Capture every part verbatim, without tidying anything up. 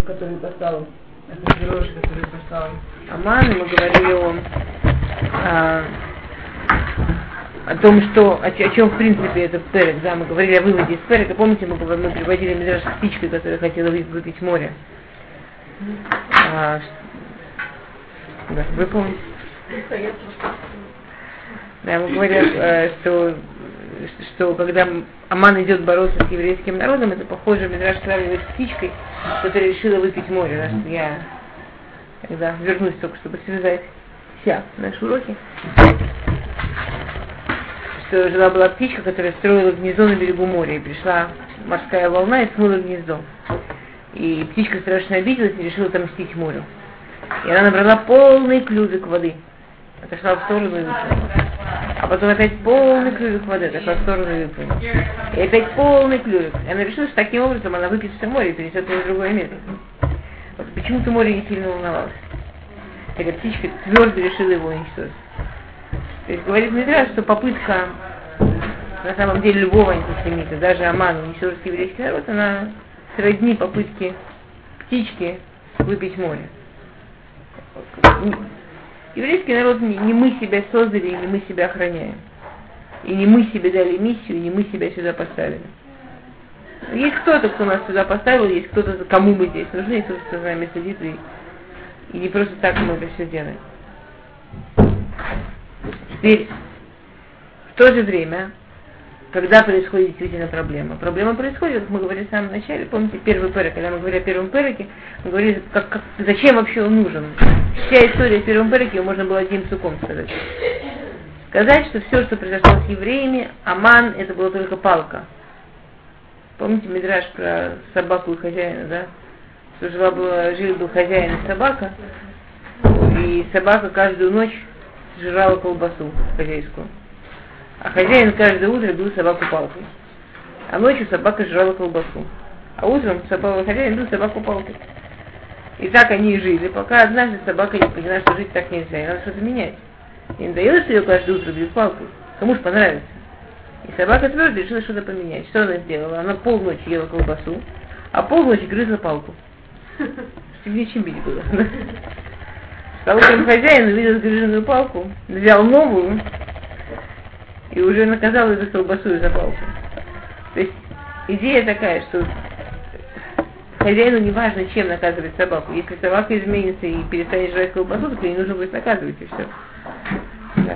который послал, Ахашвирош, который послал Аман, и мы говорили о, о, о том, что, о, о чем в принципе этот перек, да, мы говорили о выводе из перека, помните, мы, мы приводили мидраш с птичкой, которая хотела выпить море. А, да, вы помните? Да, мы говорили, что, что когда Аман идет бороться с еврейским народом, это похоже, мидраш сравнивает с птичкой, которая решила выпить море. Да? Я когда вернусь только, чтобы связать вся наши уроки. Что жила была птичка, которая строила гнездо на берегу моря, и пришла морская волна и смыла гнездо. И птичка страшно обиделась и решила отомстить морю. И она набрала полный клювик воды. Отошла в сторону и выплыла. А потом опять полный клювик воды, отошла в сторону и выплыла. И опять полный клювик. И она решила, что таким образом она выпьет все море и перенесет его в другое место. Вот почему-то море не сильно волновалось. Эта птичка твердо решила его уничтожить. То есть говорит Мидраш, что попытка на самом деле любого антисемита, даже Амана, уничтожить еврейский народ, она сродни попытки птички выпить море. Еврейский народ не, не мы себя создали, и не мы себя охраняем. И не мы себе дали миссию, и не мы себя сюда поставили. Есть кто-то, кто нас сюда поставил, есть кто-то, кому мы здесь нужны, и кто-то, кто с нами сидит, и, и не просто так мы это все делаем. Теперь, в то же время, когда происходит действительно проблема. Проблема происходит, как мы говорили в самом начале, помните, первый перек, когда мы говорили о первом переке, мы говорили, как, как, зачем вообще он нужен. Вся история в первом переке можно было одним суком сказать. Сказать, что все, что произошло с евреями, Аман, это была только палка. Помните мидраш про собаку и хозяина, да? Что жила была, жил был хозяин и собака, и собака каждую ночь жрала колбасу хозяйскую. А хозяин каждое утро бил собаку палкой. А ночью собака жрала колбасу. А утром собака, хозяин бил собаку палкой. И так они и жили, пока однажды собака не поняла, что жить так нельзя, и надо что-то менять. И не дает, что ее каждое утро бьют палкой. Кому ж понравится. И собака твердо решила что-то поменять. Что она сделала? Она полночи ела колбасу, а полночи грызла палку. Тебе чем бить было? А утром хозяин увидел сгрызенную палку, взял новую, и уже наказал ее за колбасу и за палку. То есть идея такая, что хозяину не важно, чем наказывать собаку. Если собака изменится и перестанет жрать колбасу, то ей нужно будет наказывать, и все. Да.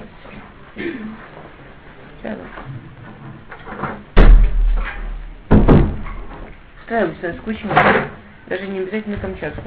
Устраивайся, скучно. Даже не обязательно Камчатку.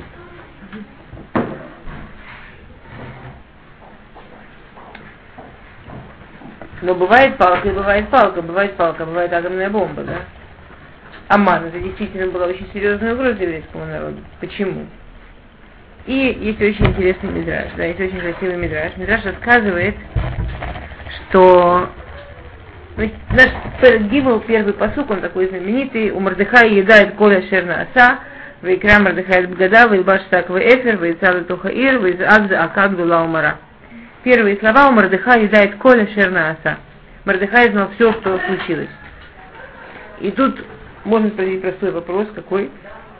Но бывает палка и бывает палка, бывает палка, бывает атомная бомба, да? Аман, это действительно была очень серьезная угроза еврейскому народу. Почему? И есть очень интересный мидраш, да, есть очень красивый мидраш. Мидраш рассказывает, что наш Гимл, первый пасук, он такой знаменитый, у Мордехая едает коля шерна оса, вейкра Мордехая бгада, вейбаш так вейфер, вейцал тухаир, вейзагза акак дула умара. Первые слова у Мордехая едает коля шерна оса. Мордехай знал все, что случилось. И тут можно спросить простой вопрос, какой?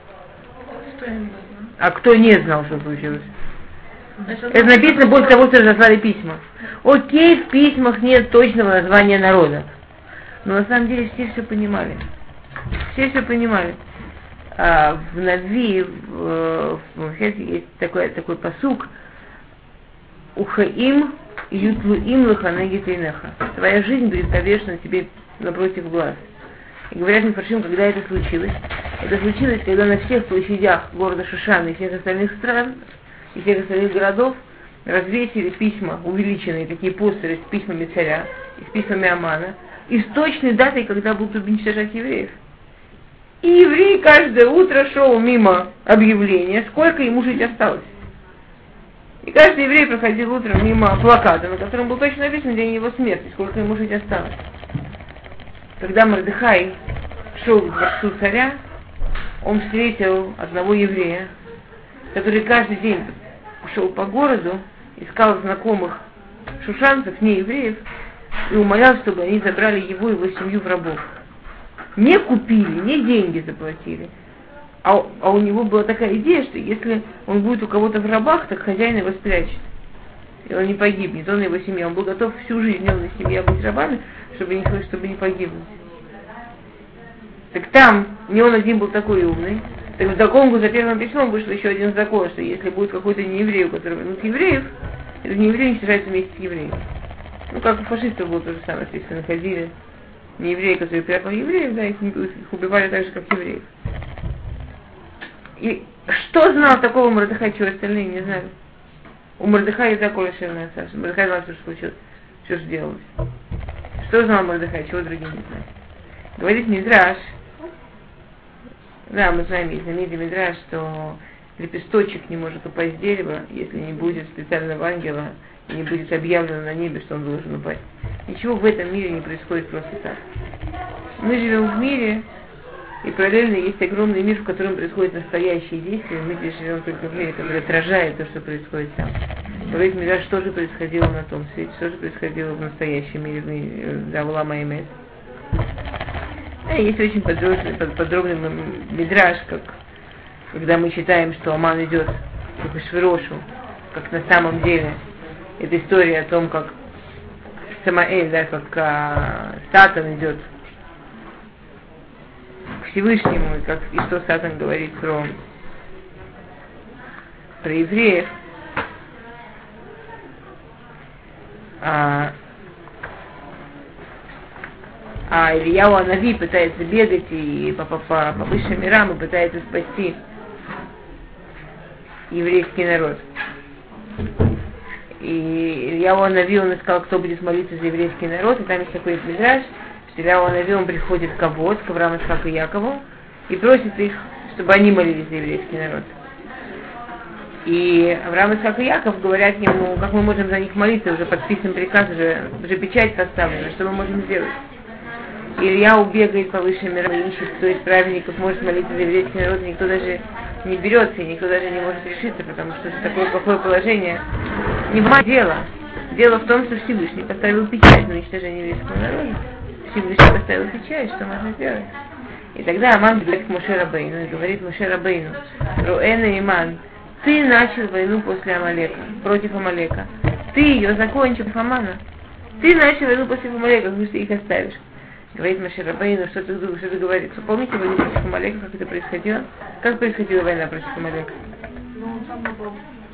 А кто не знал, что случилось? Это написано после того, что разослали письма. Окей, в письмах нет точного названия народа. Но на самом деле все все понимали. Все все понимали. А в Нави, в, в Хесе есть такой, такой пасук. Ухаим ютлуим лаханеги тейнеха. Твоя жизнь будет повешена тебе напротив глаз. И говорят Мифаршим, когда это случилось. Это случилось, когда на всех площадях города Шишана и всех остальных стран, и всех остальных городов развесили письма, увеличенные такие постеры с письмами царя и с письмами Амана, и с точной датой, когда будут уничтожать евреев. И еврей каждое утро шел мимо объявления, сколько ему жить осталось. И каждый еврей проходил утром мимо плаката, на котором был точно написан день его смерти, сколько ему жить осталось. Когда Мордехай шел к дворцу царя, он встретил одного еврея, который каждый день шел по городу, искал знакомых шушанцев, не евреев, и умолял, чтобы они забрали его и его семью в рабов. Не купили, не деньги заплатили, А, а у него была такая идея, что если он будет у кого-то в рабах, так хозяин его спрячет. И он не погибнет, он и его семья. Он был готов всю жизнь, он и семья быть рабами, чтобы не, чтобы не погибнуть. Так там не он один был такой умный. Так в Даконгу за первым письмом вышел еще один закон, что если будет какой-то нееврей, у которого вернут евреев, этот нееврей уничтожается вместе с евреем. Ну, как у фашистов было то же самое, если находили неевреи, которые прятали евреев, да, их, их убивали так же, как евреев. И что знал такого Мордехай, чего остальные не знали? У Мордехая и такое шерная Саша. Мордехай знал, что случилось, что же делалось. Что знал Мордехай, чего другие не знали? Говорит Мидраш, да, мы знаем из Миди Мидраш, что лепесточек не может упасть с дерева, если не будет специального ангела, и не будет объявлено на небе, что он должен упасть. Ничего в этом мире не происходит просто так. Мы живем в мире, и параллельно есть огромный мир, в котором происходят настоящие действия. Мы здесь живем только в мире, который отражает то, что происходит там. Говорит Мидраш, что же происходило на том свете, что же происходило в настоящем мире, в мире, да, в Улам Аэмет. Есть очень подробный, подробный мидраш, как, когда мы читаем, что Аман идет к Ахашвирошу, как на самом деле это история о том, как Самаэль, да, как а, Сатан идет к Всевышнему, и, как, и что Сатан говорит про, про евреев. А, А Ильяу Анави пытается бегать и по, по, по, по высшим мирам и пытается спасти еврейский народ. И Ильяу Анави, он искал, кто будет молиться за еврейский народ, и там есть такой мидраш, что Ильяу Анави, он приходит к Авод, к Аврааму, Исхаку и Якову, и просит их, чтобы они молились за еврейский народ. И Авраам, Исхак и Яков говорят ему, как мы можем за них молиться, уже подписан приказ, уже, уже печать поставлена, что мы можем сделать. Илья убегает по высшим мирам и ищет, кто из праведников может молиться за еврейский народ, и никто даже не берется, и никто даже не может решиться, потому что это такое плохое положение. Не в дело. Дело в том, что Всевышний поставил печать на уничтожение еврейского народа. Всевышний поставил печать, что можно сделать. И тогда Аман говорит к Моше Рабейну, и говорит Моше Рабейну: Руэна Иман, ты начал войну после Амалека, против Амалека. Ты ее закончил, Амана. Ты начал войну после Амалека, как ты их оставишь. Говорит Моше Рабейну, что ты думаешь, что ты говоришь? Вы помните войну против Амалека, как это происходило? Как происходила война против Амалека? Ну, он сам напал.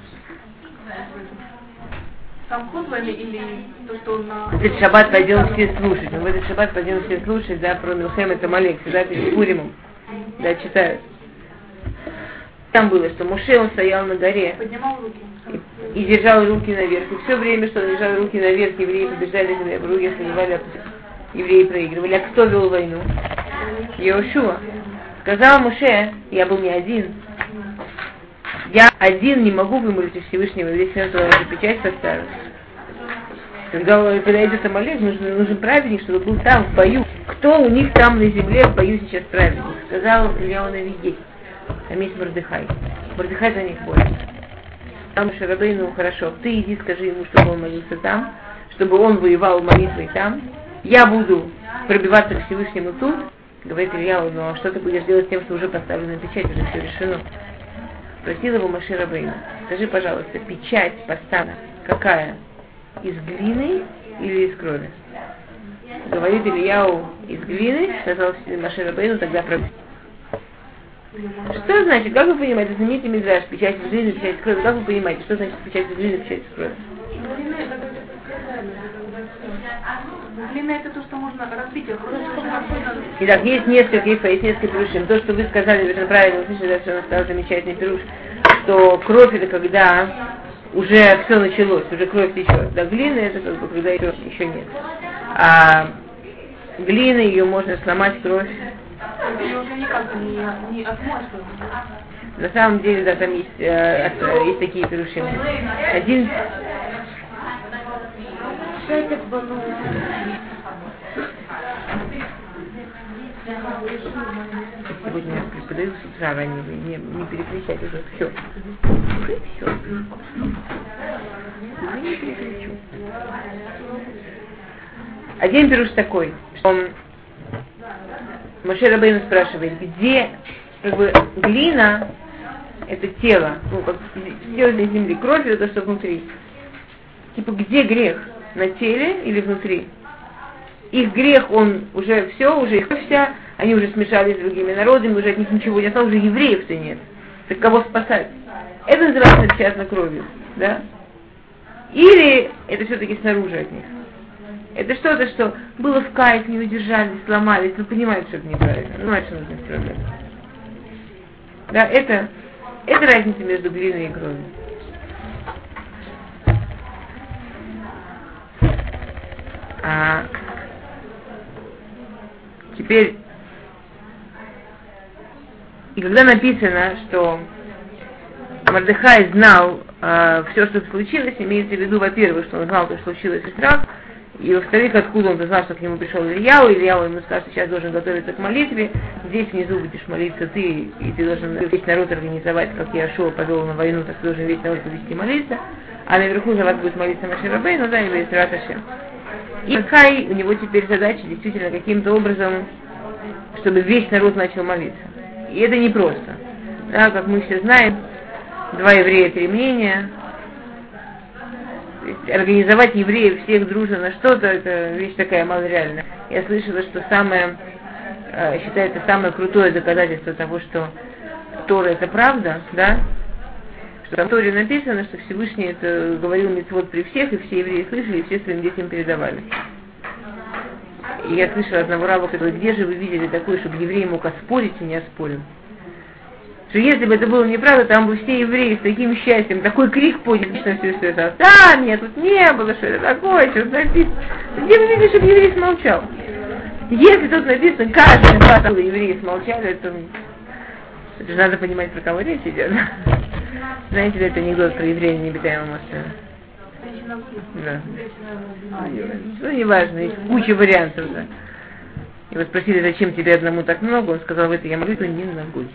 Сам ход войны или то, что он на... В этот шаббат пойдем все слушать. Мы в этот шаббат пойдем все слушать, да, про Милхемет Амалек, всегда перед Пуримом, да, читают. Там было, что Моше, он стоял на горе. Поднимал руки. И, и держал руки наверх. И все время, что он держал руки наверх, евреи побеждали, когда враги ослабевали, евреи проигрывали. А кто вел войну? Йошуа. Сказал Моше, я был не один. Я один не могу вымолить у Всевышнего, весь народ уже печать поставил. Когда, когда идет Амалек, нужен, нужен праведник, чтобы был там, в бою. Кто у них там на земле в бою сейчас праведник? Сказал Ильяу Нави, есть. Там есть Мордехай. Мордехай за них борется. Там Моше Рабейну, хорошо, ты иди скажи ему, чтобы он молился там, чтобы он воевал молитвой там. Я буду пробиваться к Всевышнему тут. Говорит Ильяу, ну а что ты будешь делать с тем, что уже поставлена печать, уже все решено. Спросил его Моше Рабейну, скажи, пожалуйста, печать поставлена какая? Из глины или из крови? Говорит Ильяу, из глины, сказал Моше Рабейну, тогда пробить. Что значит, как вы понимаете, знаменитый мидраш, печать из глины, печать из крови, как вы понимаете, что значит печать из глины, печать из крови? Глина это то, что можно разбить. Итак, есть несколько, есть, есть несколько пирушим. То, что вы сказали, это правильно, вы слышали, что он сказал замечательный пируш, что кровь это когда уже все началось, уже кровь течет. Да, глина это как бы когда ее еще нет. А глина, ее можно сломать, кровь. Ее уже никак не, не отмоешь. На самом деле, да, там есть, э, есть такие пирушим. Один... Сегодня я преподаю с утра ранее, не, не переключать уже, все. Все. Я не переключу. Один пируш такой, что он, Моше Рабейну спрашивает, где как бы глина это тело, ну как тело для земли, кровь это то, что внутри. Типа где грех? На теле или внутри? Их грех, он уже все, уже их вся, они уже смешались с другими народами, уже от них ничего не осталось, уже евреев-то нет. Так кого спасать? Это называется напечатано кровью, да? Или это все-таки снаружи от них? Это что-то, что было в кайф, не удержались, сломались, но понимают, что это неправильно, понимают, что нужно исправлять. Да, это, это разница между глиной и кровью. А теперь, и когда написано, что Мордехай знал э, все, что случилось, имеется в виду, во-первых, что он знал, что случилось и страх, и во-вторых, откуда он знал, что к нему пришел Ильяу, Ильяу ему сказал, что сейчас должен готовиться к молитве, здесь внизу будешь молиться ты, и ты должен весь народ организовать, как Иошуа повел на войну, так ты должен весь народ повести молиться, а наверху за вас будет молиться Моше Рабейну, да, или Исрат Ашем. И Мордехай, у него теперь задача действительно каким-то образом, чтобы весь народ начал молиться. И это непросто. Да, как мы все знаем, два еврея, три мнения. Организовать евреев всех дружно на что-то, это вещь такая малореальная. Я слышала, что самое, считается самое крутое доказательство того, что Тора это правда, да, что там в Торе написано, что Всевышний это говорил мицвот при всех, и все евреи слышали, и все своим детям передавали. И я слышала одного раба, который говорит, где же вы видели такое, чтобы еврей мог оспорить и не оспорил? Что если бы это было неправда, там бы все евреи с таким счастьем, такой крик подняли, что все, все это, да, меня тут не было, что это такое, что написано. Где вы видели, чтобы еврей смолчал? Если тут написано, каждый два евреи смолчали, это, это же надо понимать, про кого речь идет. Знаете ли, это анекдот про еврея на необитаемом острове? Да. Ну, неважно, есть куча вариантов, да. Его спросили, зачем тебе одному так много, он сказал, в это я молитву не ногой.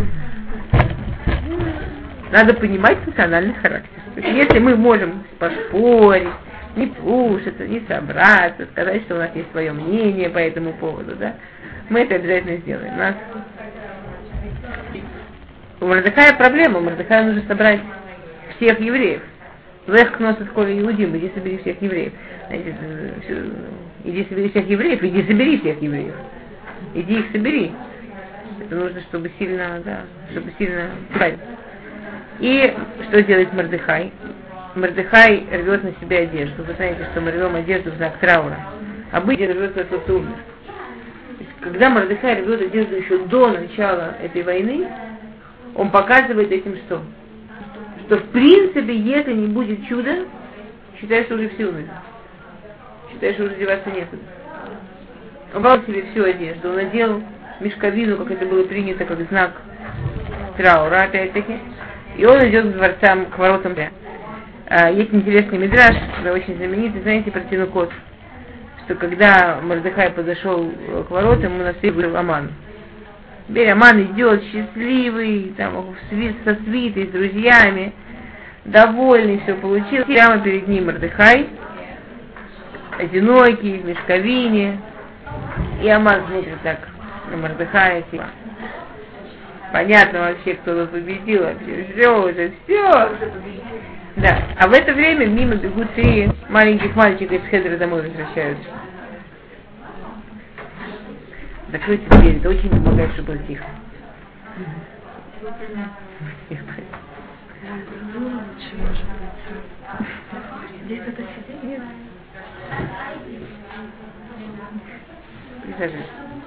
Надо понимать национальный характер. То есть, если мы можем поспорить, не слушаться, не собраться, сказать, что у нас есть свое мнение по этому поводу, да, мы это обязательно сделаем. У нас у Мордехая проблема, у Мордехая нужно собрать всех евреев. Лех кнос из коля иудим, иди собери всех евреев. Знаете, иди собери всех евреев, иди собери всех евреев. Иди их собери. Это нужно, чтобы сильно, да, чтобы сильно брать. И что делает Мордехай? Мордехай рвет на себе одежду. Вы знаете, что мы рвем одежду в знак траура. Обычно рвется тот, кто умер. Когда Мордехай рвет одежду еще до начала этой войны, он показывает этим что? Что в принципе, если не будет чуда, считай, что уже все умерли. Считай, что уже деваться некуда. Он брал себе всю одежду, он надел мешковину, как это было принято, как знак траура, опять-таки, и он идет к дворцам, к воротам. А, есть интересный мидраш, очень знаменитый, знаете, про Тинукот, что когда Мордехай подошел к воротам, ему навстречу был Аман. Теперь Аман идет счастливый, там, со свитой, с друзьями, довольный, все получил. Прямо перед ним Мордехай, одинокий, в мешковине, и Аман смотрит так на Мордехая, типа, понятно вообще, кто его победил, вообще, все уже, все. Да, а в это время мимо бегут три маленьких мальчика из Хедра домой возвращаются. Закройте дверь, это очень помогает, чтобы было тихо. Здесь это сидит? Присаживайтесь.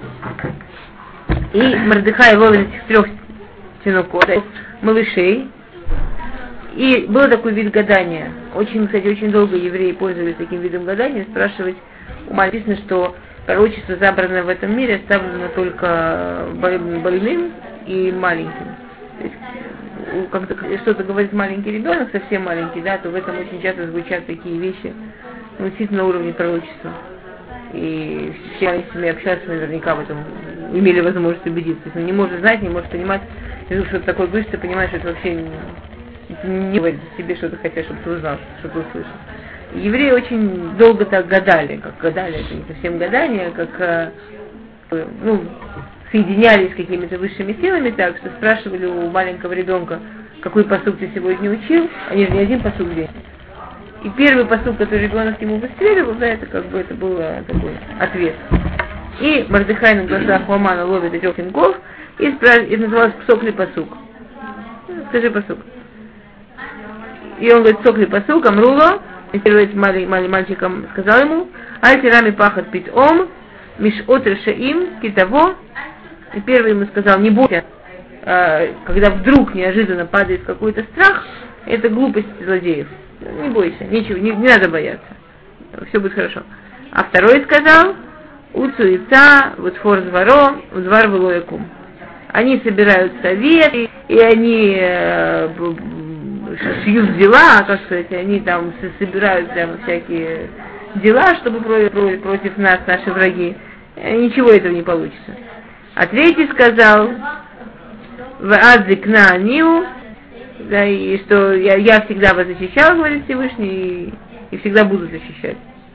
И Мордехай ловит этих трех тинукот, малышей. И был такой вид гадания. Очень, кстати, очень долго евреи пользовались таким видом гадания. Спрашивать, у меня написано, что пророчество, забранное в этом мире, оставлено только больным и маленьким. То есть, когда что-то говорит маленький ребенок, совсем маленький, да, то в этом очень часто звучат такие вещи, ну, действительно на уровне пророчества. И все, с ними общаются, наверняка в этом имели возможность убедиться. То есть он не может знать, не может понимать, если что-то такое говоришь, ты понимаешь, что это вообще не, не говорит себе что-то хотя, чтобы ты узнал, чтобы ты услышал. И евреи очень долго так гадали, как гадали, это не совсем гадание, как, ну, соединялись с какими-то высшими силами, так что спрашивали у маленького ребенка, какой пасук ты сегодня учил, они же не один пасук в день. И первый пасук, который ребенок ему выстреливал, да, это как бы это был такой ответ. И Мордехай на глазах у Амана ловит этих пинков и спрашивает, это называлось псокли пасук. Скажи пасук. И он говорит, псокли пасук, амруло, и первый малый, малый мальчиком сказал ему, альтирами пахат пит ом, миш отрешаим, китаво. И первый ему сказал, не бойся, когда вдруг неожиданно падает какой-то страх, это глупость злодеев. Не бойся, ничего, не, не надо бояться. Все будет хорошо. А второй сказал, уцу яйца, вот фор зворо, узвар вылоякум. Они собирают советы, и они э, шьют дела, как сказать, они там собирают прямо всякие дела, чтобы против, против нас, наши враги. Ничего этого не получится. А третий сказал, в адзикна ниу, да, и что я, я всегда вас защищал, говорит Всевышний, и, и всегда буду защищать.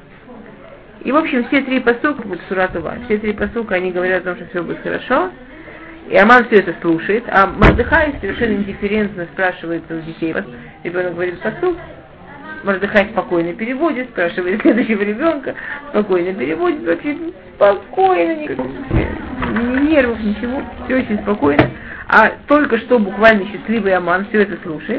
И, в общем, все три пасука, вот Суратова, все три пасука, они говорят о том, что все будет хорошо. И Аман все это слушает, а Мордехай совершенно индифферентно спрашивает у детей. Ребенок говорит пасук, Мордехай спокойно переводит, спрашивает следующего ребенка, спокойно переводит, вообще спокойно, никаких ни нервов, ничего, все очень спокойно. А только что буквально счастливый Аман все это слушает.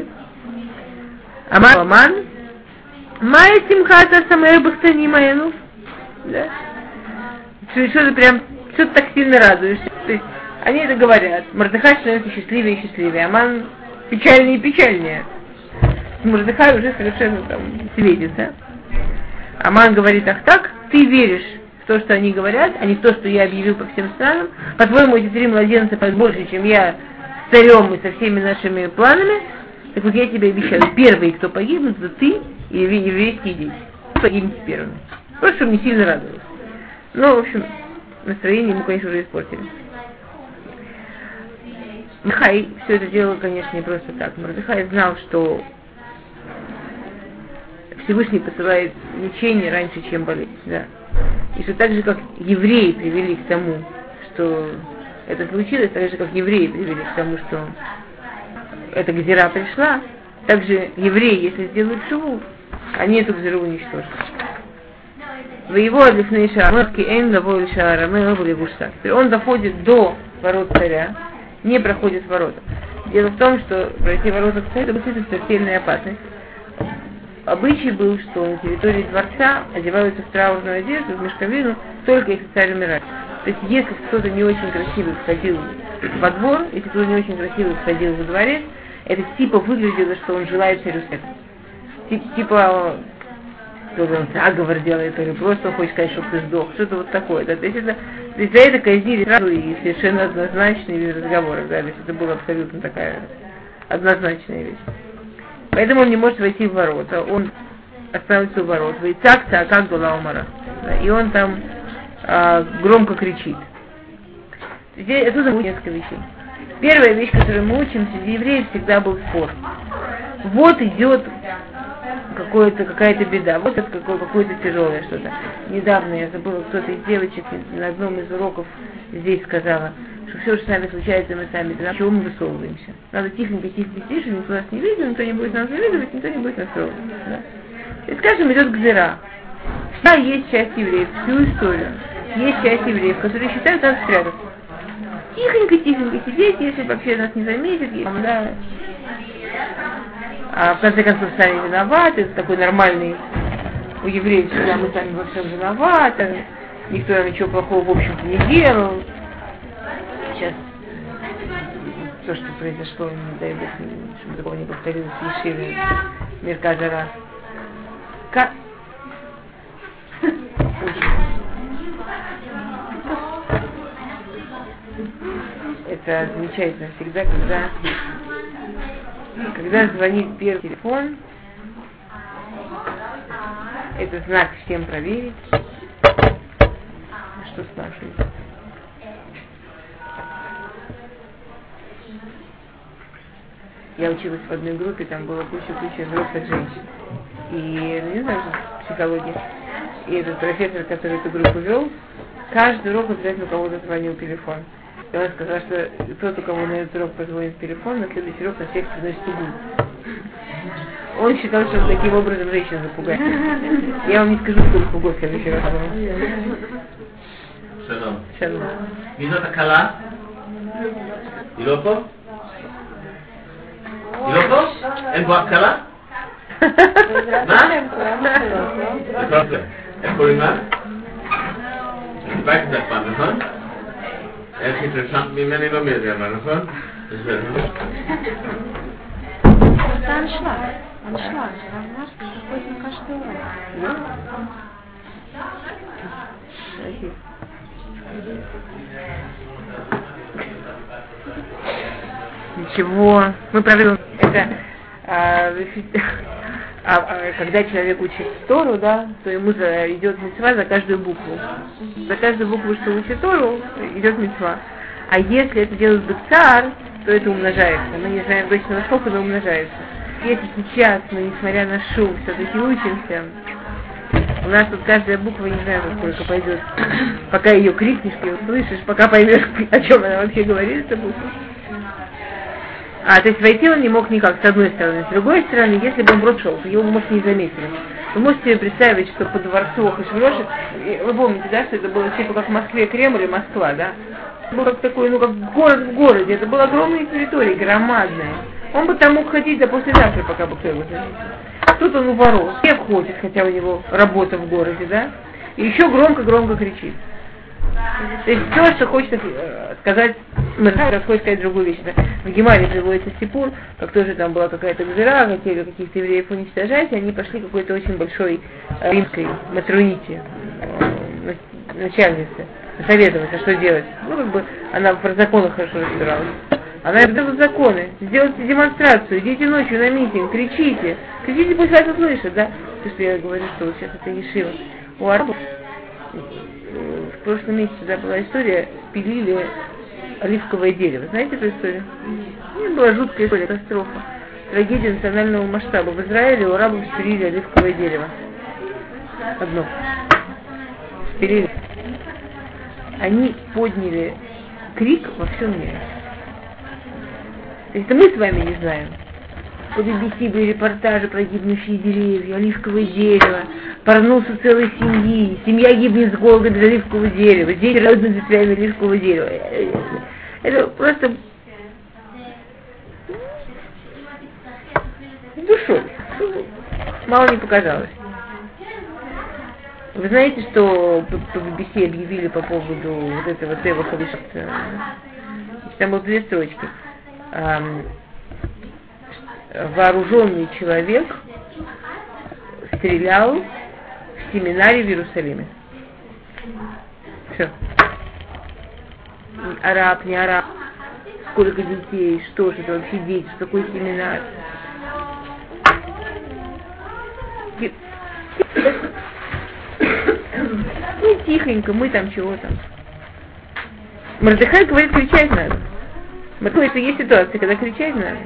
Аман, Аман, Майя Симхата Самэр Бахтани Майну. Да? Что-то прям, что-то так сильно радуешься. То есть они это говорят. Мордехай становится счастливее и счастливее. Аман печальнее и печальнее. Мордехай уже совершенно там светится. Аман говорит, ах так, ты веришь в то, что они говорят, а не в то, что я объявил по всем странам. По-твоему, эти три младенца больше, чем я с царем и со всеми нашими планами. Так вот я тебе обещаю, первые, кто погибнут, это ты и еврейские дети. Погибнут первыми. Просто, чтобы не сильно радовались. Ну, в общем, настроение ему, конечно, уже испортили. Мордехай все это делал, конечно, не просто так. Мордехай знал, что Всевышний посылает лечение раньше, чем болезнь. Да. И что так же, как евреи привели к тому, что это случилось, так же, как евреи привели к тому, что эта гзира пришла, также евреи, если сделают шуву, они эту гзиру уничтожат. В его отличные шарамы, он доходит до ворот царя, не проходит ворота. Дело в том, что пройти ворота к царю — это смертельная опасность. Обычай был, что на территории дворца одеваются в траурную одежду, в мешковину, только если царь умирает. То есть, если кто-то не очень красивый входил во двор, если кто-то не очень красивый входил во дворец, это типа выглядело, что он желает царю смерти. Типа, кто-то он заговор делает, или просто он хочет сказать, чтобы ты сдох, что-то вот такое. Да? То есть, это, то есть за это казнили сразу и совершенно однозначно, без разговоров. Да? То есть это была абсолютно такая однозначная вещь. Поэтому он не может войти в ворота, он останавливается у ворот. Вейцак-то, а как была умара. И он там а, громко кричит. Здесь отсюда будет несколько вещей. Первая вещь, которую мы учим, среди евреев всегда был спор. Вот идет какое-то, какая-то беда, вот это какое- какое-то тяжелое что-то. Недавно я забыла, кто-то из девочек на одном из уроков здесь сказала, что все, что с нами случается, мы сами, да, чего мы высовываемся. Надо тихонько-тихонько тише, никто нас не видит, никто не будет нас завидовать, никто не будет нас трогать. Да. И скажем, идет гзира. Всегда есть часть евреев, всю историю. Есть часть евреев, которые считают, надо спрятаться. Тихонько-тихонько сидеть, если вообще нас не заметят, если, да. А в конце концов сами виноваты, это такой нормальный у евреев всегда, мы сами во всем виноваты, никто нам ничего плохого в общем-то не делал. Сейчас то, что произошло, не дай бог, чтобы такого не повторилось в Ешиве Мерказ Ара. Как? Это замечательно всегда, когда когда звонит первый телефон, это знак всем проверить, что спрашивает. Я училась в одной группе, там было куча-куча взрослых женщин. И, ну, не знаю, психология. И этот профессор, который эту группу вел, каждый урок обязательно у кого-то звонил телефон. И он сказал, что тот, у кого на этот урок позвонит телефон, на следующий урок на всех приносит угу. Он считал, что он таким образом женщин запугает. Я вам не скажу, сколько угов в следующий раз было. Шалом. Шалом. Мизот Акала? היא לא פה? היא לא פה? אין פה הקלה? מה? איך קוראים לה? דיברתי קצת פעם, נכון? איך התרשמת ממני לא מי יודע מה, נכון? בסדר. Это аншлаг. Аншлаг. Равнаш приходит на каждый урок. Ничего. Мы провели это. А, а, а, когда человек учит Тору, да, то ему за, идет мицва за каждую букву. За каждую букву, что учит Тору, идет мицва. А если это делает бецар, то это умножается. Мы не знаем точно, насколько это умножается. Если сейчас мы, несмотря на шум, все-таки учимся, у нас тут каждая буква, не знаю, сколько пойдет, пока ее крикнешь, и услышишь, пока поймешь, о чем она вообще говорит, эта буква. А, то есть войти он не мог никак, с одной стороны. С другой стороны, если бы он прошел, то его, может, не заметили. Вы можете себе представить, что по дворцу Ахашвироша, вы помните, да, что это было типа как в Москве Кремль и Москва, да? Был как такой, ну, как город в городе. Это была огромная территория, громадная. Он бы там мог ходить до послезавтра, пока бы кто его заметил. Тут он у ворот, не входит, хотя у него работа в городе, да? И еще громко-громко кричит. То есть то, что хочет сказать, Мордыхай хочет сказать другую вещь. Да? В Гемаре приводится сипур, как тоже там была какая-то гзира, хотели каких-то евреев уничтожать, и они пошли к какой-то очень большой э, римской матроните, э, начальнице, советоваться, что делать. Ну, как бы она про законы хорошо разбиралась. Она говорит, законы, сделайте демонстрацию, идите ночью на митинг, кричите, кричите, пусть вас услышат, да? То, что я говорю, что вот сейчас это ешива. У арабов в прошлом месяце да, была история, спилили оливковое дерево. Знаете эту историю? Это была жуткая история, катастрофа. Трагедия национального масштаба. В Израиле у арабов спилили оливковое дерево. Одно. Спилили. Они подняли крик во всем мире. То есть это мы с вами не знаем. По би би си были репортажи про гибнущие деревья, оливковое дерево, порнуться целой семьи, семья гибнет с голода без оливкового дерева, дети рождаются с ветвями оливкового дерева. Это просто с душой. Мало не показалось. Вы знаете, что по би би си объявили по поводу вот этого Теваха Вишакта? Там было две строчки. Вооруженный человек стрелял в семинаре в Иерусалиме. Все. Араб, не араб. Сколько детей, что же это вообще дети, что такое семинар. Ну, тихонько, мы там чего там. Мордыхай говорит, кричать надо. Мордыхай, это есть ситуация, когда кричать надо.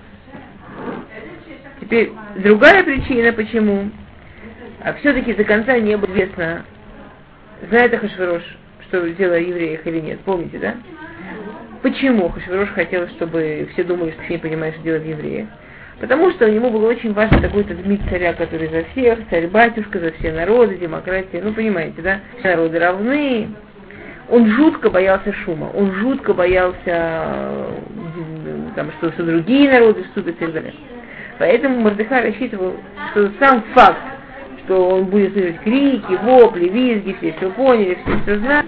Теперь другая причина, почему а все-таки до конца не было известно, знает Ахашвирош, что дело о евреях или нет. Помните, да? Почему Ахашвирош хотел, чтобы все думали, что все не понимают, что дело в евреях? Потому что ему было очень важно такой-то дмит царя, который за всех, царь-батюшка, за все народы, демократия. Ну, понимаете, да? Все народы равны. Он жутко боялся шума, он жутко боялся, там, что, что другие народы вступят и так далее. Поэтому Мордыхай рассчитывал, что сам факт, что он будет слышать крики, вопли, визги, все все поняли, все все знают,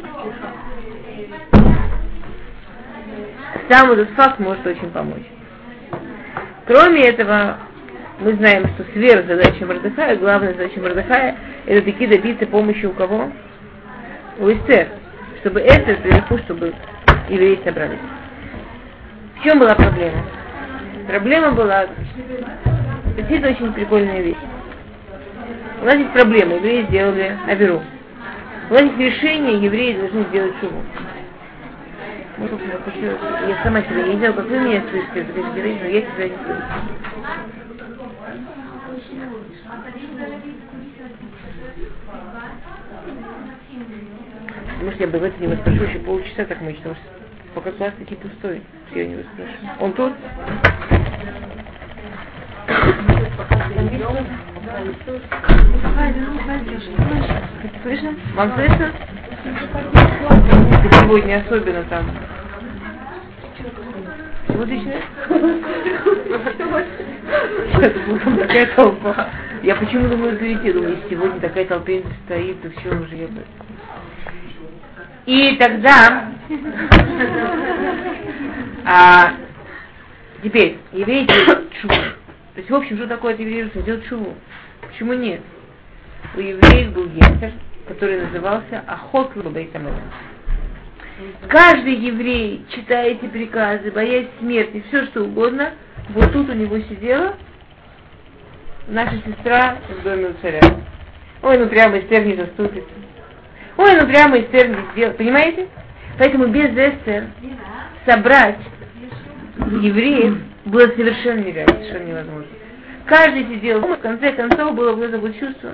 сам этот факт может очень помочь. Кроме этого, мы знаем, что сверхзадача Мордыхая, главная задача Мордыхая, это таки добиться помощи у кого? У Эстер. Чтобы это наверху, чтобы евреи собрались. В чем была проблема? Проблема была, это очень прикольная вещь. У нас есть проблема, евреи сделали аверу. У нас есть решение, евреи должны сделать шубу. Я сама себя не знаю, как вы меня слышите, но я себя не слышу. Может, я бы в это не спрошу еще полчаса, так мучить, потому что пока класс таки пустой. Я не спрашиваю. Он тут? Слышно? Вам слышно? Сегодня особенно там. Вот и сейчас. Сейчас будет такая толпа. Я почему думаю, перейти? Думаю, сегодня такая толпа стоит, то все уже я бы. И тогда а, теперь евреи делают шуву. То есть, в общем, что такое от евреев делать шуву? Почему нет? У евреев был гектор, который назывался Ахот Бейт Амелех. Каждый еврей, читая эти приказы, боясь смерти, все что угодно, вот тут у него сидела наша сестра в доме у царя. Ой, ну прямо Эстер не заступится. Ой, ну прямо Эстер не сделает. Понимаете? Поэтому без Эстер собрать евреев было совершенно нереально, совершенно невозможно. Каждый сидел, в конце концов было вот это вот чувство.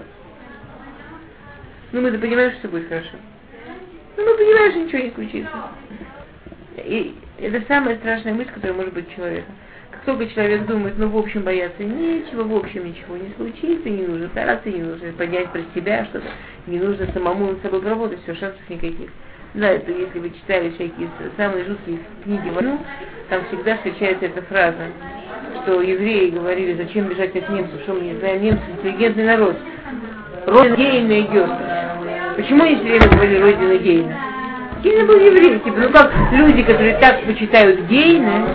Ну мы-то понимаем, что все будет хорошо. Ну мы понимаем, что ничего не случится. И это самая страшная мысль, которая может быть у человека. Как только человек думает, ну в общем бояться нечего, в общем ничего не случится, не нужно стараться, не нужно поднять про себя что-то, не нужно самому над собой работать, все, шансов никаких. Да, это если вы читали всякие самые жуткие книги войну, там всегда встречается эта фраза, что евреи говорили, зачем бежать от немцев, что мы не знаем, немцы интеллигентный народ. Родина Гейна и Гёста. Почему они все время говорили Родина Гейна? Гейна был еврей, типа, ну как люди, которые так почитают Гейна.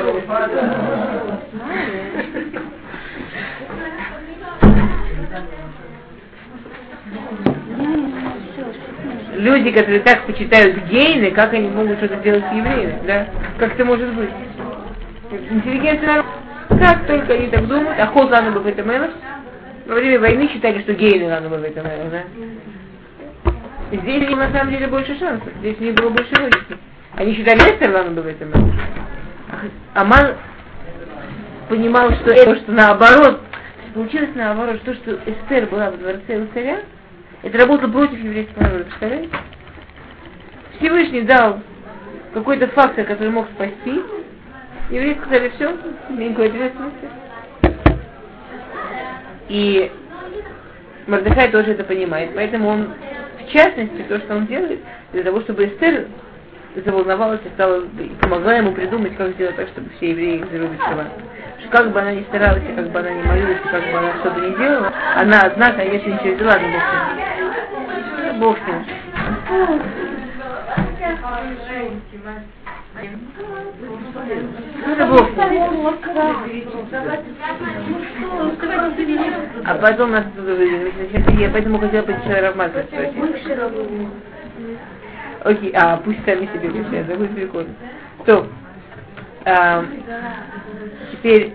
Люди, которые так почитают Гейны, как они могут что-то делать с евреями, да? Как это может быть? Интеллигентный народ. Как только они так думают, а ход лану бы в этом элах, во время войны считали, что Гейны лану бы в этом элах, да? Здесь на самом деле больше шансов, здесь не было больше логики. Они считали Эстер лану бы в этом элах. Аман понимал, что это, что наоборот, получилось наоборот, что, что Эстер была во дворце у царя, это работало против еврейского народа, представляете? Всевышний дал какой-то фактор, который мог спасти. Евреи сказали, все, никакой ответственности. И Мордехай тоже это понимает. Поэтому он, в частности, то, что он делает, для того, чтобы Эстер заволновалась и стала, и помогла ему придумать, как сделать так, чтобы все евреи заробили шаббат. Как бы она ни старалась, как бы она ни молилась, как бы она что бы ни делала, она одна, конечно, ничего не сделала, но Бог с ним. Это Бог с ним. А потом нас туда вывели. Я поэтому хотела пойти Равмалька спросить. Окей, а пусть сами себе решают, это будет прикольно. То, а, теперь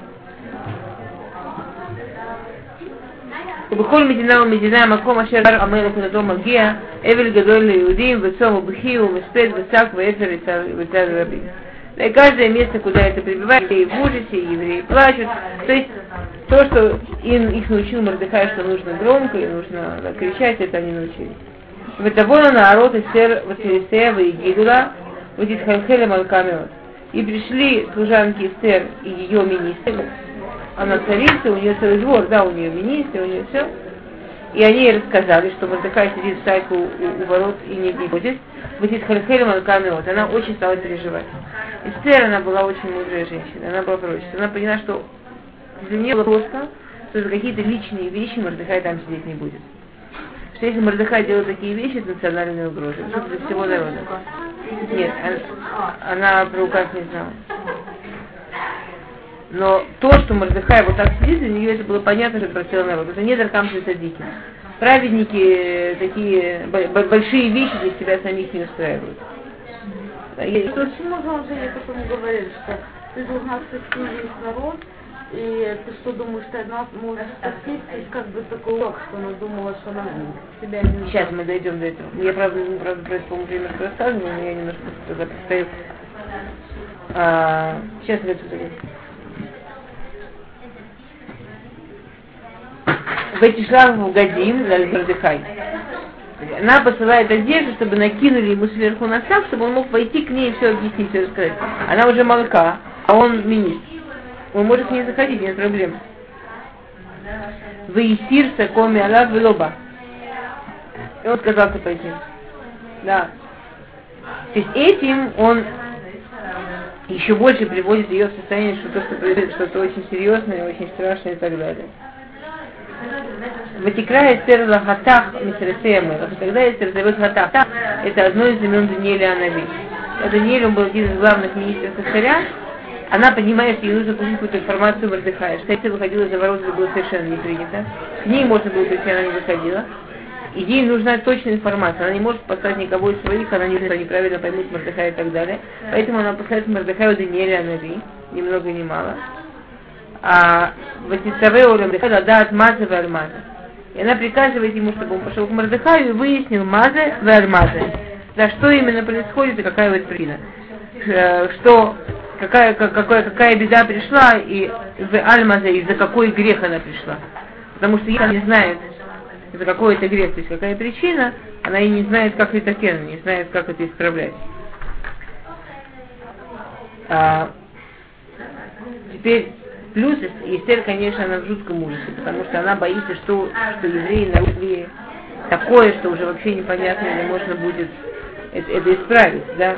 ובכל מדינה ומדינה מקום אשר המלך ונתו מגיע אבל גדול ליהודים וצום ובכי ומספד ושק ואפר וצד רבים. И каждое место, куда это прибывает, и в ужасе, и евреи плачут. То есть то, что им, их научил Мордехай, что нужно громко и нужно да, кричать, это они научились. Ветавона народ Эстер Василисея Ваигидула Вадитхальхеля Малкамеот. И пришли служанки Эстер и ее министры. Она царица, у нее целый двор, да, у нее министры, у нее все. И они ей рассказали, что Мордехай сидит в стайку у, у, у ворот и не ходит. Вадитхальхеля Малкамеот. Она очень стала переживать. Эстер, она была очень мудрая женщина, она была пророчица. Она поняла, что для нее было просто, что за какие-то личные вещи Мордехай там сидеть не будет. Что если Мордехай делает такие вещи, это национальная угроза. Это для всего народа. Нет, она, она про указ не знала. Но то, что Мордехай вот так сидит, для нее это было понятно, что это про целый народ. Это не Даркамши Садики. Праведники такие большие вещи для себя самих не устраивают. Почему же он же потом говорит, что ты должна спасти весь народ, и ты что думаешь, что она может спасти, то есть как бы такой урок, что она думала, что она себя не... Сейчас мы дойдем до этого. Я, правда, не правда про это, по-моему, немножко рассказывала, но я немножко тогда представил. А, сейчас я это говорю. Ветишлав в Гадим за Мордехай. Она посылает одежду, чтобы накинули ему сверху носа, чтобы он мог войти к ней и все объяснить, все рассказать. Она уже малка, а он министр. Он может к ней заходить, нет проблем. Выисирса коми алав велоба. И он отказался пойти. Да. То есть этим он еще больше приводит ее в состояние, что то, что происходит, что-то очень серьезное, очень страшное и так далее. Ватикра Эстер Лахатах Мисресея. Когда Эстер зовет Хатах, это одно из имен Даниэля Анави. Даниэль, он был один из главных министров царя. Она понимает, что ей нужно получить какую-то информацию Мордехая. Кстати, выходила за ворота, это было совершенно не принято. К ней можно было прийти, она не выходила. И ей нужна точная информация. Она не может послать никого из своих, она неправильно поймут Мордехая и так далее. Поэтому она посылает Мордехаю Даниэля Анави, ни много ни мало. А Ватицавео Мордехая дает Мазе в Альмазе. И она приказывает ему, чтобы он пошел к Мордехаю и выяснил Мазе в Альмазе. Да, что именно происходит и какая вот причина. Что, какая, какая, какая беда пришла и в Альмазе, и за какой грех она пришла. Потому что если она не знает, за какой это грех, то есть какая причина, она и не знает, как это кен, не знает, как это исправлять. А, теперь плюс, Эстер, конечно, она в жутком ужасе, потому что она боится, что, что евреи нарушили такое, что уже вообще непонятно, или можно будет это, это исправить, да.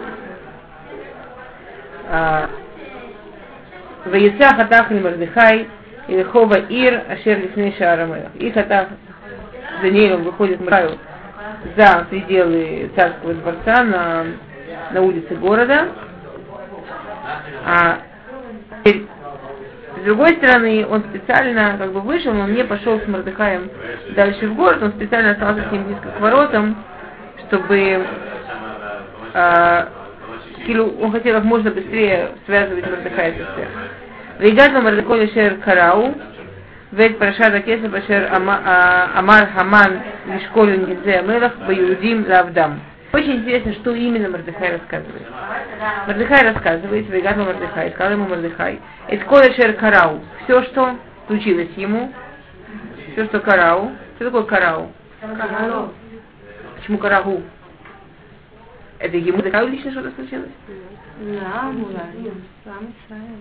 Ваица Хатах и Мордехай, и Хова Ир, Ашер Лифней Шаарамелах. И Хатах с Даниэлем выходит Мордехаю за пределы царского дворца на, на улице города. А теперь, с другой стороны, он специально как бы вышел, но он не пошел с Мордехаем дальше в город, он специально остался с ним близко к воротам, чтобы а, он хотел как можно быстрее связывать Мордехая с Эстер. Вейгадла Мордехой Шер Карау, Вейт Парашата Кеса Башер Амар Хаман Лишколин Гидзе Амелах Баюдим Лавдам. Очень интересно, что именно Мордехай рассказывает. Мордехай рассказывает, Вейгадла Мордехай, сказал ему Мордехай, Эсколя Шер Карау, все, что случилось ему, все, что Карау. Что такое Карау? Карау. Почему Карагу? Это ему Мордехаю лично что-то случилось? Да, сам Исраил.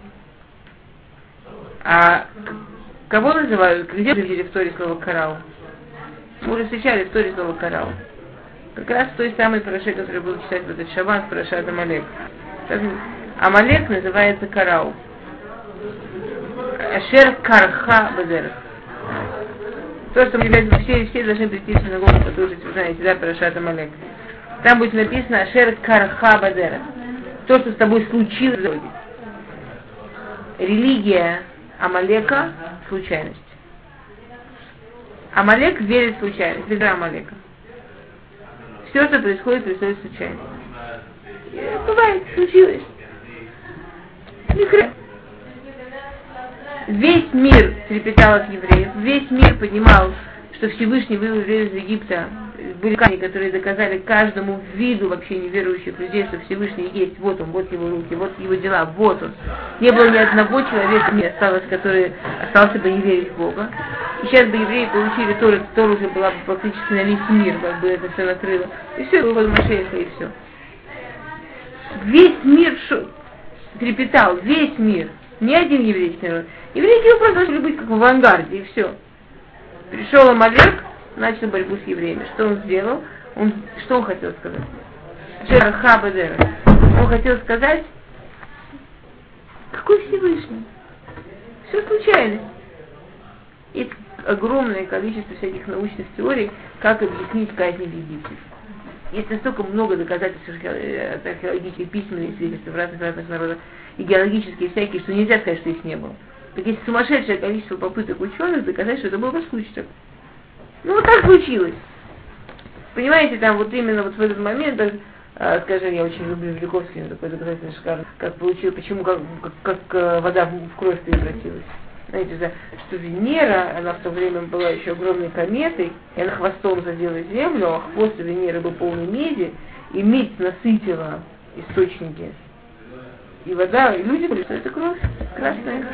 А кого называют? Где вы видели в Торе слово Карау? Мы уже встречали в Торе слово Карау. Как раз в той самой параше, которую буду читать в этот шаббат, параша Амалек. Амалек называется Карау. Ашер Карха Бадер. То, что мы все, все должны прийти в синагогу, послушать, вы знаете, да, параша Амалек. Там будет написано Ашер Карха Бадер. То, что с тобой случилось в дороге. Религия Амалека – случайность. Амалек верит в случайность, вера Амалека. Все, что происходит, происходит случайно. Бывает, случилось. Микро. Весь мир трепетал от евреев, весь мир понимал, что Всевышний вывел евреев из Египта. Были камни, которые доказали каждому виду вообще неверующих людей, что Всевышний есть. Вот он, вот его руки, вот его дела, вот он. Не было ни одного человека, не осталось, который остался бы не верить в Бога. И сейчас бы евреи получили Тору, Тора уже была бы практически на весь мир, как бы это все накрыло. И все, вывод Машеха, и все. Весь мир шо... трепетал, весь мир. Ни один еврейский народ. Евреи просто начали быть как в авангарде, и все. Пришел Амалек, начал борьбу с евреями. Что он сделал? Он, что он хотел сказать? Он хотел сказать, какой Всевышний? Все случайно. Есть огромное количество всяких научных теорий, как объяснить казни в Египте. Есть настолько много доказательств от археологических письменных свидетельств в разных разных народах, и геологические всякие, что нельзя сказать, что их не было. Так есть сумасшедшее количество попыток ученых доказать, что это был ваш случай. Ну вот так случилось. Понимаете, там вот именно вот в этот момент, э, скажем, я очень люблю Великовский, такой доказательный шикарный, как получил, почему как, как, как вода в кровь превратилась. Знаете, да, что Венера, она в то время была еще огромной кометой, и она хвостом задела Землю, а хвост Венеры был полный меди, и медь насытила источники. И вода, и люди говорят, что это кровь красная.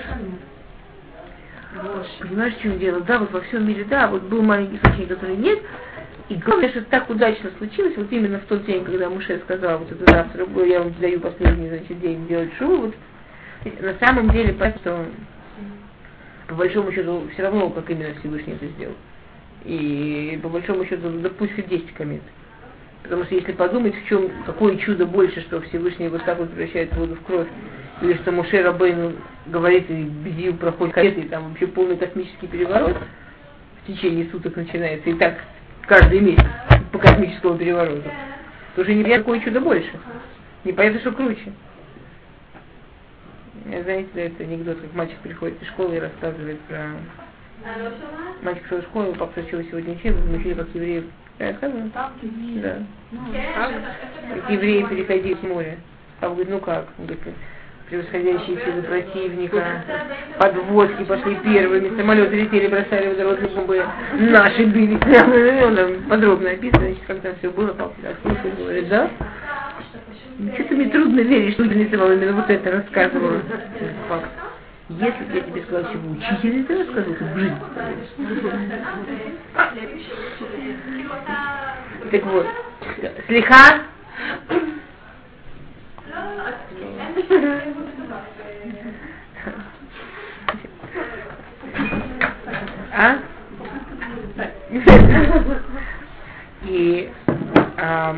Понимаешь, в чем дело? Да, вот во всем мире, да, вот был маленький источник, который нет, И главное, что так удачно случилось, вот именно в тот день, когда Моше сказал, вот это завтра я вам даю последний, значит, день делать шоу, вот, на самом деле, понятно, что по большому счету все равно, как именно Всевышний это сделал. И по большому счету, да пусть хоть десять комет. Потому что если подумать, в чем, какое чудо больше, что Всевышний вот так вот превращает воду в кровь, или что Моше Рабейну говорит, и Бедию проходит кометы, и там вообще полный космический переворот в течение суток начинается, и так каждый месяц по космическому перевороту, то уже непонятно, какое чудо больше. Непонятно, что круче. Знаете, да, это анекдот, как мальчик приходит из школы и рассказывает про... Мальчик пришел в школу, папа спросил сегодня чем, мы учили, как евреи... Я рассказываю? Да. Как евреи переходили с моря. Папа говорит, ну как? Он говорит, превосходящие силы противника, подводки пошли первыми, самолеты летели, бросали водородные бомбы, наши били. Он там подробно описано, значит, как там все было, папа так слушает, говорит, да? Что-то мне трудно верить, что ты именно вот это рассказывала. Факт. Если бы я тебе сказала, чего учительница рассказывала, ты в жизни не. Так вот, слиха. А? И а,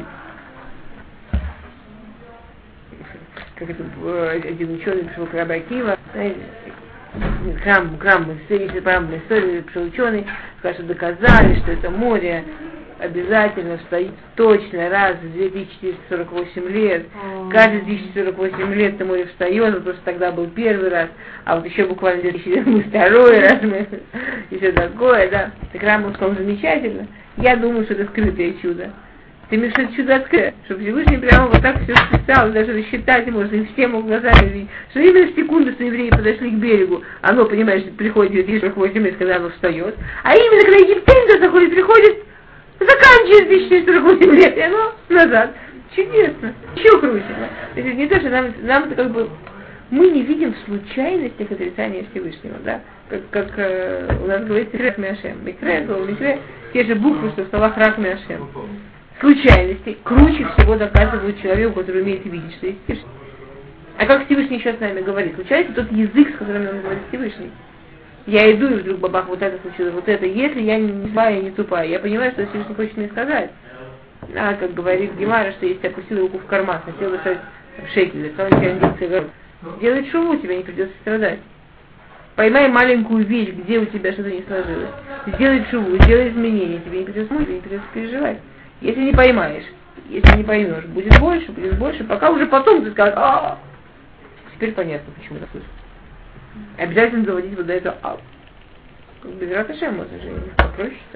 как это, один ученый пришел к Раби Акива, грамм, грамм, если правильно история, пришел ученый, сказал, что доказали, что это море обязательно стоит точно раз в две тысячи четыреста сорок восемь лет. Каждые две тысячи сорок восемь лет это море встает, потому что тогда был первый раз, а вот еще буквально две тысячи лет мы второй раз, и все такое, да. Так Рамбам сказал, замечательно. Я думаю, что это скрытое чудо. Ты имеешь в виду чудо открытое, что Всевышний прямо вот так все списал, даже считать можно, и все могут глазами видеть, что именно в секунду, что евреи подошли к берегу, оно, понимаешь, приходит две тысячи сорок восемь лет, когда оно встает, а именно когда египтянин заходит, приходит, заканчивает две тысячи сорок восемь лет, и оно назад. Чудесно. Еще круче. Да? То есть не то, что нам, нам это как бы, мы не видим в случайностях отрицания Всевышнего, да, как, как э, у нас говорится Рак Миашем. Микре, слово Микре, те же буквы, что в словах Рак Миашем. Случайности круче всего доказывают человеку, который умеет видеть, что есть Всевышний. А как Всевышний еще с нами говорит? Случается тот язык, с которым он говорит Всевышний. Я иду, и вдруг бабах, вот это случилось, вот это. Если я не тупая, не тупая, я понимаю, что Всевышний хочет мне сказать. А, как говорит Гемара, что если опустил руку в карман, хотел достать шекель, стал английский говорит, сделай шуву, тебе не придется страдать. Поймай маленькую вещь, где у тебя что-то не сложилось. Сделай шуву, сделай изменения, тебе не придется мыть, тебе не придется переживать. Если не поймаешь, если не поймешь, будет больше, будет больше, пока уже потом ты скажешь, а теперь понятно, почему это слышишь. Обязательно заводить вот до этого а без раташем можно же попроще так.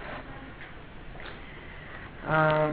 А,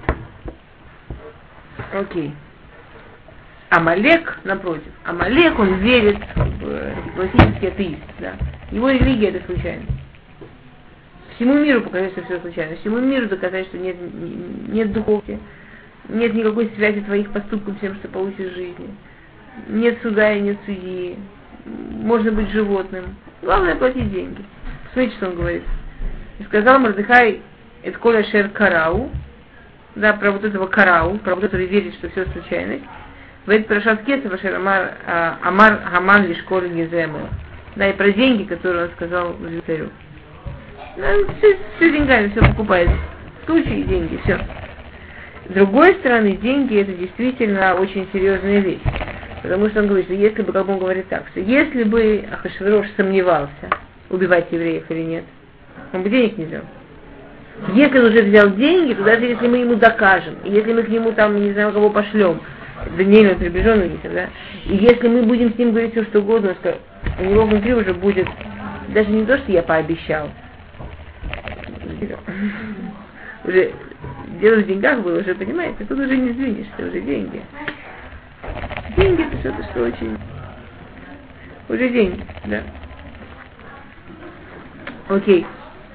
окей. Амалек, напротив, Амалек, он верит в классический атеист, да. Его религия это случайно. Всему миру показать, что все случайно. Всему миру доказать, что нет, нет духовки, нет никакой связи твоих поступков с тем, что получишь в жизни. Нет суда и нет судьи. Можно быть животным. Главное платить деньги. Смотрите, что он говорит. И сказал Мордехай, это коля шер карау, да, про вот этого карау, про вот который верит, что все случайность. В этот прошат кесов шер амар амар хаман лишколь геземел. Да, и про деньги, которые он сказал царю. Ну, все, все деньгами, все покупает. Случаи и деньги, все. С другой стороны, деньги это действительно очень серьезная вещь. Потому что он говорит, что если бы, как он говорит так, что если бы Ахашвирош сомневался, убивать евреев или нет, он бы денег не взял. Если он уже взял деньги, то даже если мы ему докажем, и если мы к нему там, не знаю, кого пошлем, Даниэль приближенный, да, и если мы будем с ним говорить все что угодно, что у него внутри уже будет даже не то, что я пообещал, уже дело в деньгах было, уже понимаете, тут уже не сдвинешься, уже деньги. Деньги это что-то, что очень... Уже деньги, да. Окей.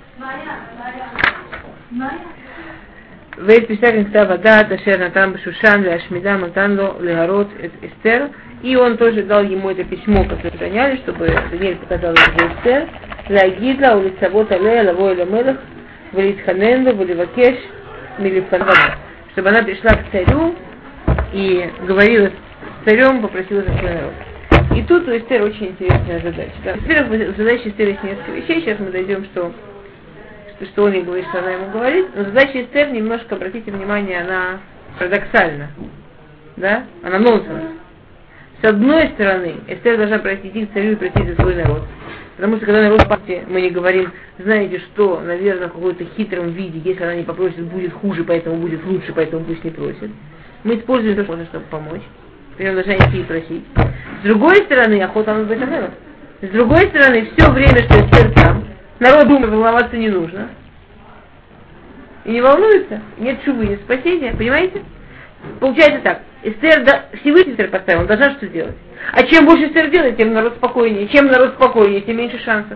Вейт писатель Ктава Дат, Ашер Натан Башушан, Ашмида Матанло, Легарот, Эстер. И он тоже дал ему это письмо, которое заняли, чтобы Даниэль показал ему Эстер. Лагидла, улицавод Алея, Лавой Ламелах, Валитханенду, Валивакеш, Милифанвана, чтобы она пришла к царю и говорила с царем, попросила за свой народ. И тут у Эстер очень интересная задача. Да? Во-первых, задача Эстер есть несколько вещей, сейчас мы дойдем, что, что, что он ей говорит, что она ему говорит, но задача Эстер, немножко, обратите внимание, она парадоксальна, да? Она нонсенс. С одной стороны, Эстер должна пройти к царю и просить за свой народ. Потому что когда народ партии, мы не говорим, знаете что, наверное, в какой-то хитром виде, если она не попросит, будет хуже, поэтому будет лучше, поэтому пусть не просит. Мы используем то, что можно, чтобы помочь. Прям должна идти и просить. С другой стороны, охота на Бетамелах. С другой стороны, все время, что Эстер там, народ думает, волноваться не нужно. И не волнуется, нет шубы, нет спасения, понимаете? Получается так, Эстер, да, Всевышний Эстер поставил, он должна что делать? А чем больше Эстер делает, тем народ спокойнее. Чем народ спокойнее, тем меньше шансов.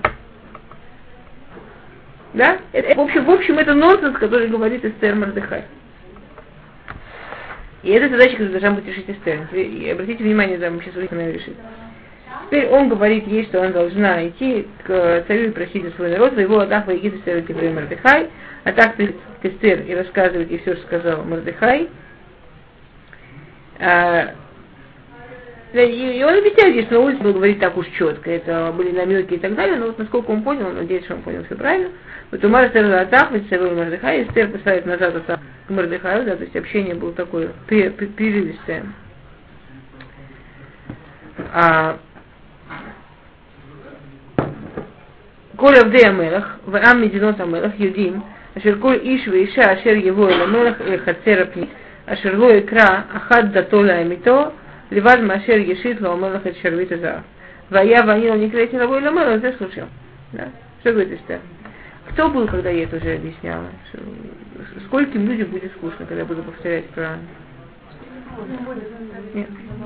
Да? Это, в, общем, в общем, это нонсенс, который говорит Эстер Мордехай. И это задача, которую должна быть решить Эстер. И обратите внимание, да, мы сейчас увидим, она решит. Теперь он говорит ей, что она должна идти к царю и просить за свой народ, его отдав во Египет Эстер и Мордехай, а так приходит к Эстер и рассказывает ей все, что сказал Мордехай. А, и он объясняет здесь, что на улице был говорить так уж четко, это были намеки и так далее, но вот насколько он понял, он надеется, что он понял все правильно. Вот Умар Эстер Атах, ведь Савел Мордехай, Эстер поставит назад Атах к Мордехаю, да, то есть общение было такое прерывистое. А Коль Авдей Амелах, в Ам Мединот Амелах, Юдим, Ашер Коль Иш Виша, Ашер Его Амелах, Хацера Пнит, Ашер Го Икра, Ахад Датола Амито, Ливад Машер Ешит Лаомелах и Шервита Заа. Вая Ванила Никрейти Лавой Ламелах, здесь слушал. Да? Что говорит Эстер? Кто был, когда я это уже объясняла? Скольким людям будет скучно, когда я буду повторять про... Нет.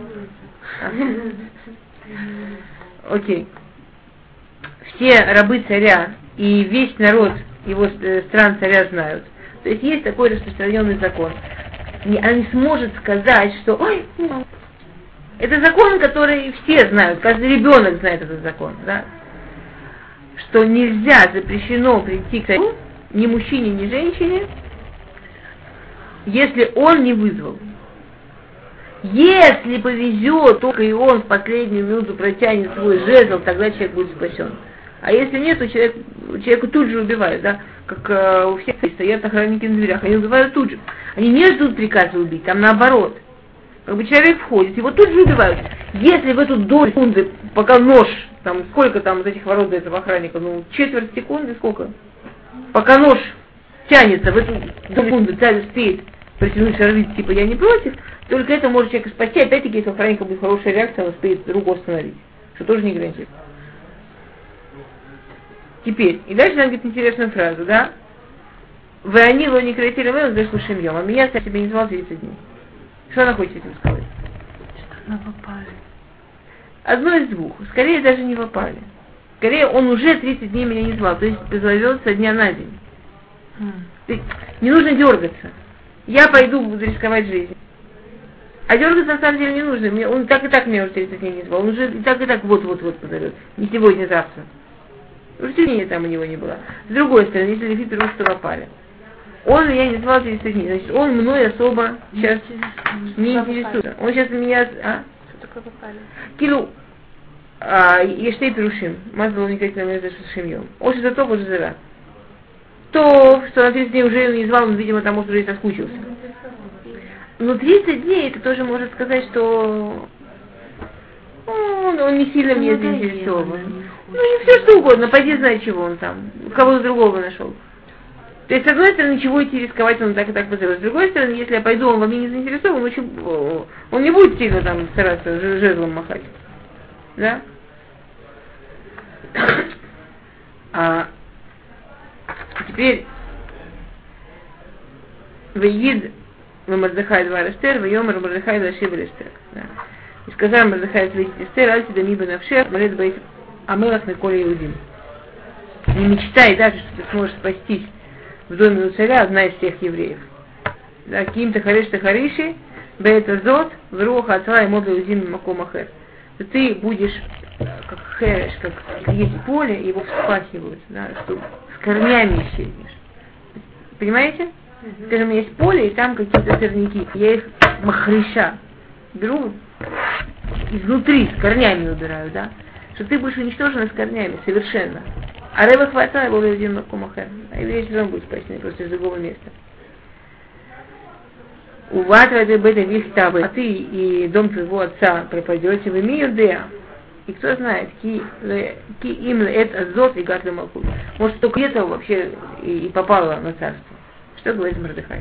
А. Окей. Все рабы царя и весь народ его стран царя знают. То есть есть такой распространенный закон. Она не сможет сказать, что ой, это закон, который все знают, каждый ребенок знает этот закон, да? Что нельзя, запрещено прийти к царю ни мужчине, ни женщине, если он не вызвал. Если повезет, только и он в последнюю минуту протянет свой жезл, тогда человек будет спасен. А если нет, то человек, человека тут же убивают, да? Как э, у всех стоят охранники на дверях, они убивают тут же. Они не ждут приказа убить, там наоборот. Как бы человек входит, его тут же убивают. Если в эту долю секунды, пока нож, там сколько там вот этих ворот до этого охранника, ну четверть секунды, сколько? Пока нож тянется, в эту долю секунды царь успеет протянуть шарвит, типа я не против, только это может человека спасти, опять-таки, если у охранника будет хорошая реакция, он успеет руку остановить, что тоже не гарантирует. Теперь, и дальше она говорит интересную фразу, да? Вы они ло не креатили мэлу, здесь слушаем ем, а меня, кстати, себе не звал тридцать дней. Что она хочет этим сказать? Что она в опале. Одно из двух. Скорее даже не в опале. Скорее он уже тридцать дней меня не звал, то есть позовет со дня на день. Mm. Не нужно дергаться. Я пойду, буду рисковать жизнью. А дергаться на самом деле не нужно. Мне, он так и так меня уже тридцать дней не звал. Он уже и так и так вот-вот-вот позовет. Не сегодня, а завтра. Уже сильнее там у него не было. С другой стороны, если Лефи пишут, что в опале. Он меня не звал тридцать дней, значит, он мной особо сейчас не интересуется. Он сейчас меня... А? Что такое попали? Килу, Ештей Перушим, Маздал Никаких Намер Шимьем. Оши за то, боже зара. То, что на тридцать дней уже не звал, он, видимо, там может уже и соскучился. Но тридцать дней это тоже может сказать, что он, он не сильно мне заинтересован. Ну, не все что угодно, пойди знай, чего он там, кого-то другого нашел. То есть, с одной стороны, чего идти рисковать, он так и так позовет. С другой стороны, если я пойду, он во мне не заинтересован, он, очень, он не будет сильно там стараться жезлом махать. Да? А теперь Ваид Мордехай два Эстер, Вайомер Мордехай два Шива Эстер. И сказал Мордехай свой Эстер, Аль тебя миба навшер, Малет Баит Амелах Миколе Иудим. Не мечтай даже, что ты сможешь спастись в доме у царя, одна из всех евреев. Да, Ким-то Хариш-то Хариши, Бейта Зот, Вруха Ацла и Модла Узим Макомахер. Ты будешь как Хереш, как есть поле, его вспахивают, да, что с корнями исчезнешь. Понимаете? Mm-hmm. Скажем, у меня есть поле, и там какие-то сорняки. Я их махриша беру изнутри, с корнями убираю, да? Что ты будешь уничтожена с корнями, совершенно. А Рева хватает его людей на Кумахе. А еврей все равно будет спасен просто из другого места. У Ватвады Беда Вихтабы, а ты и дом твоего отца пропадете в Миюдея. И кто знает, ки, ки именно это Азот и Гатля Малкут. Может, только это вообще и, и попало на царство. Что говорит Мордехай?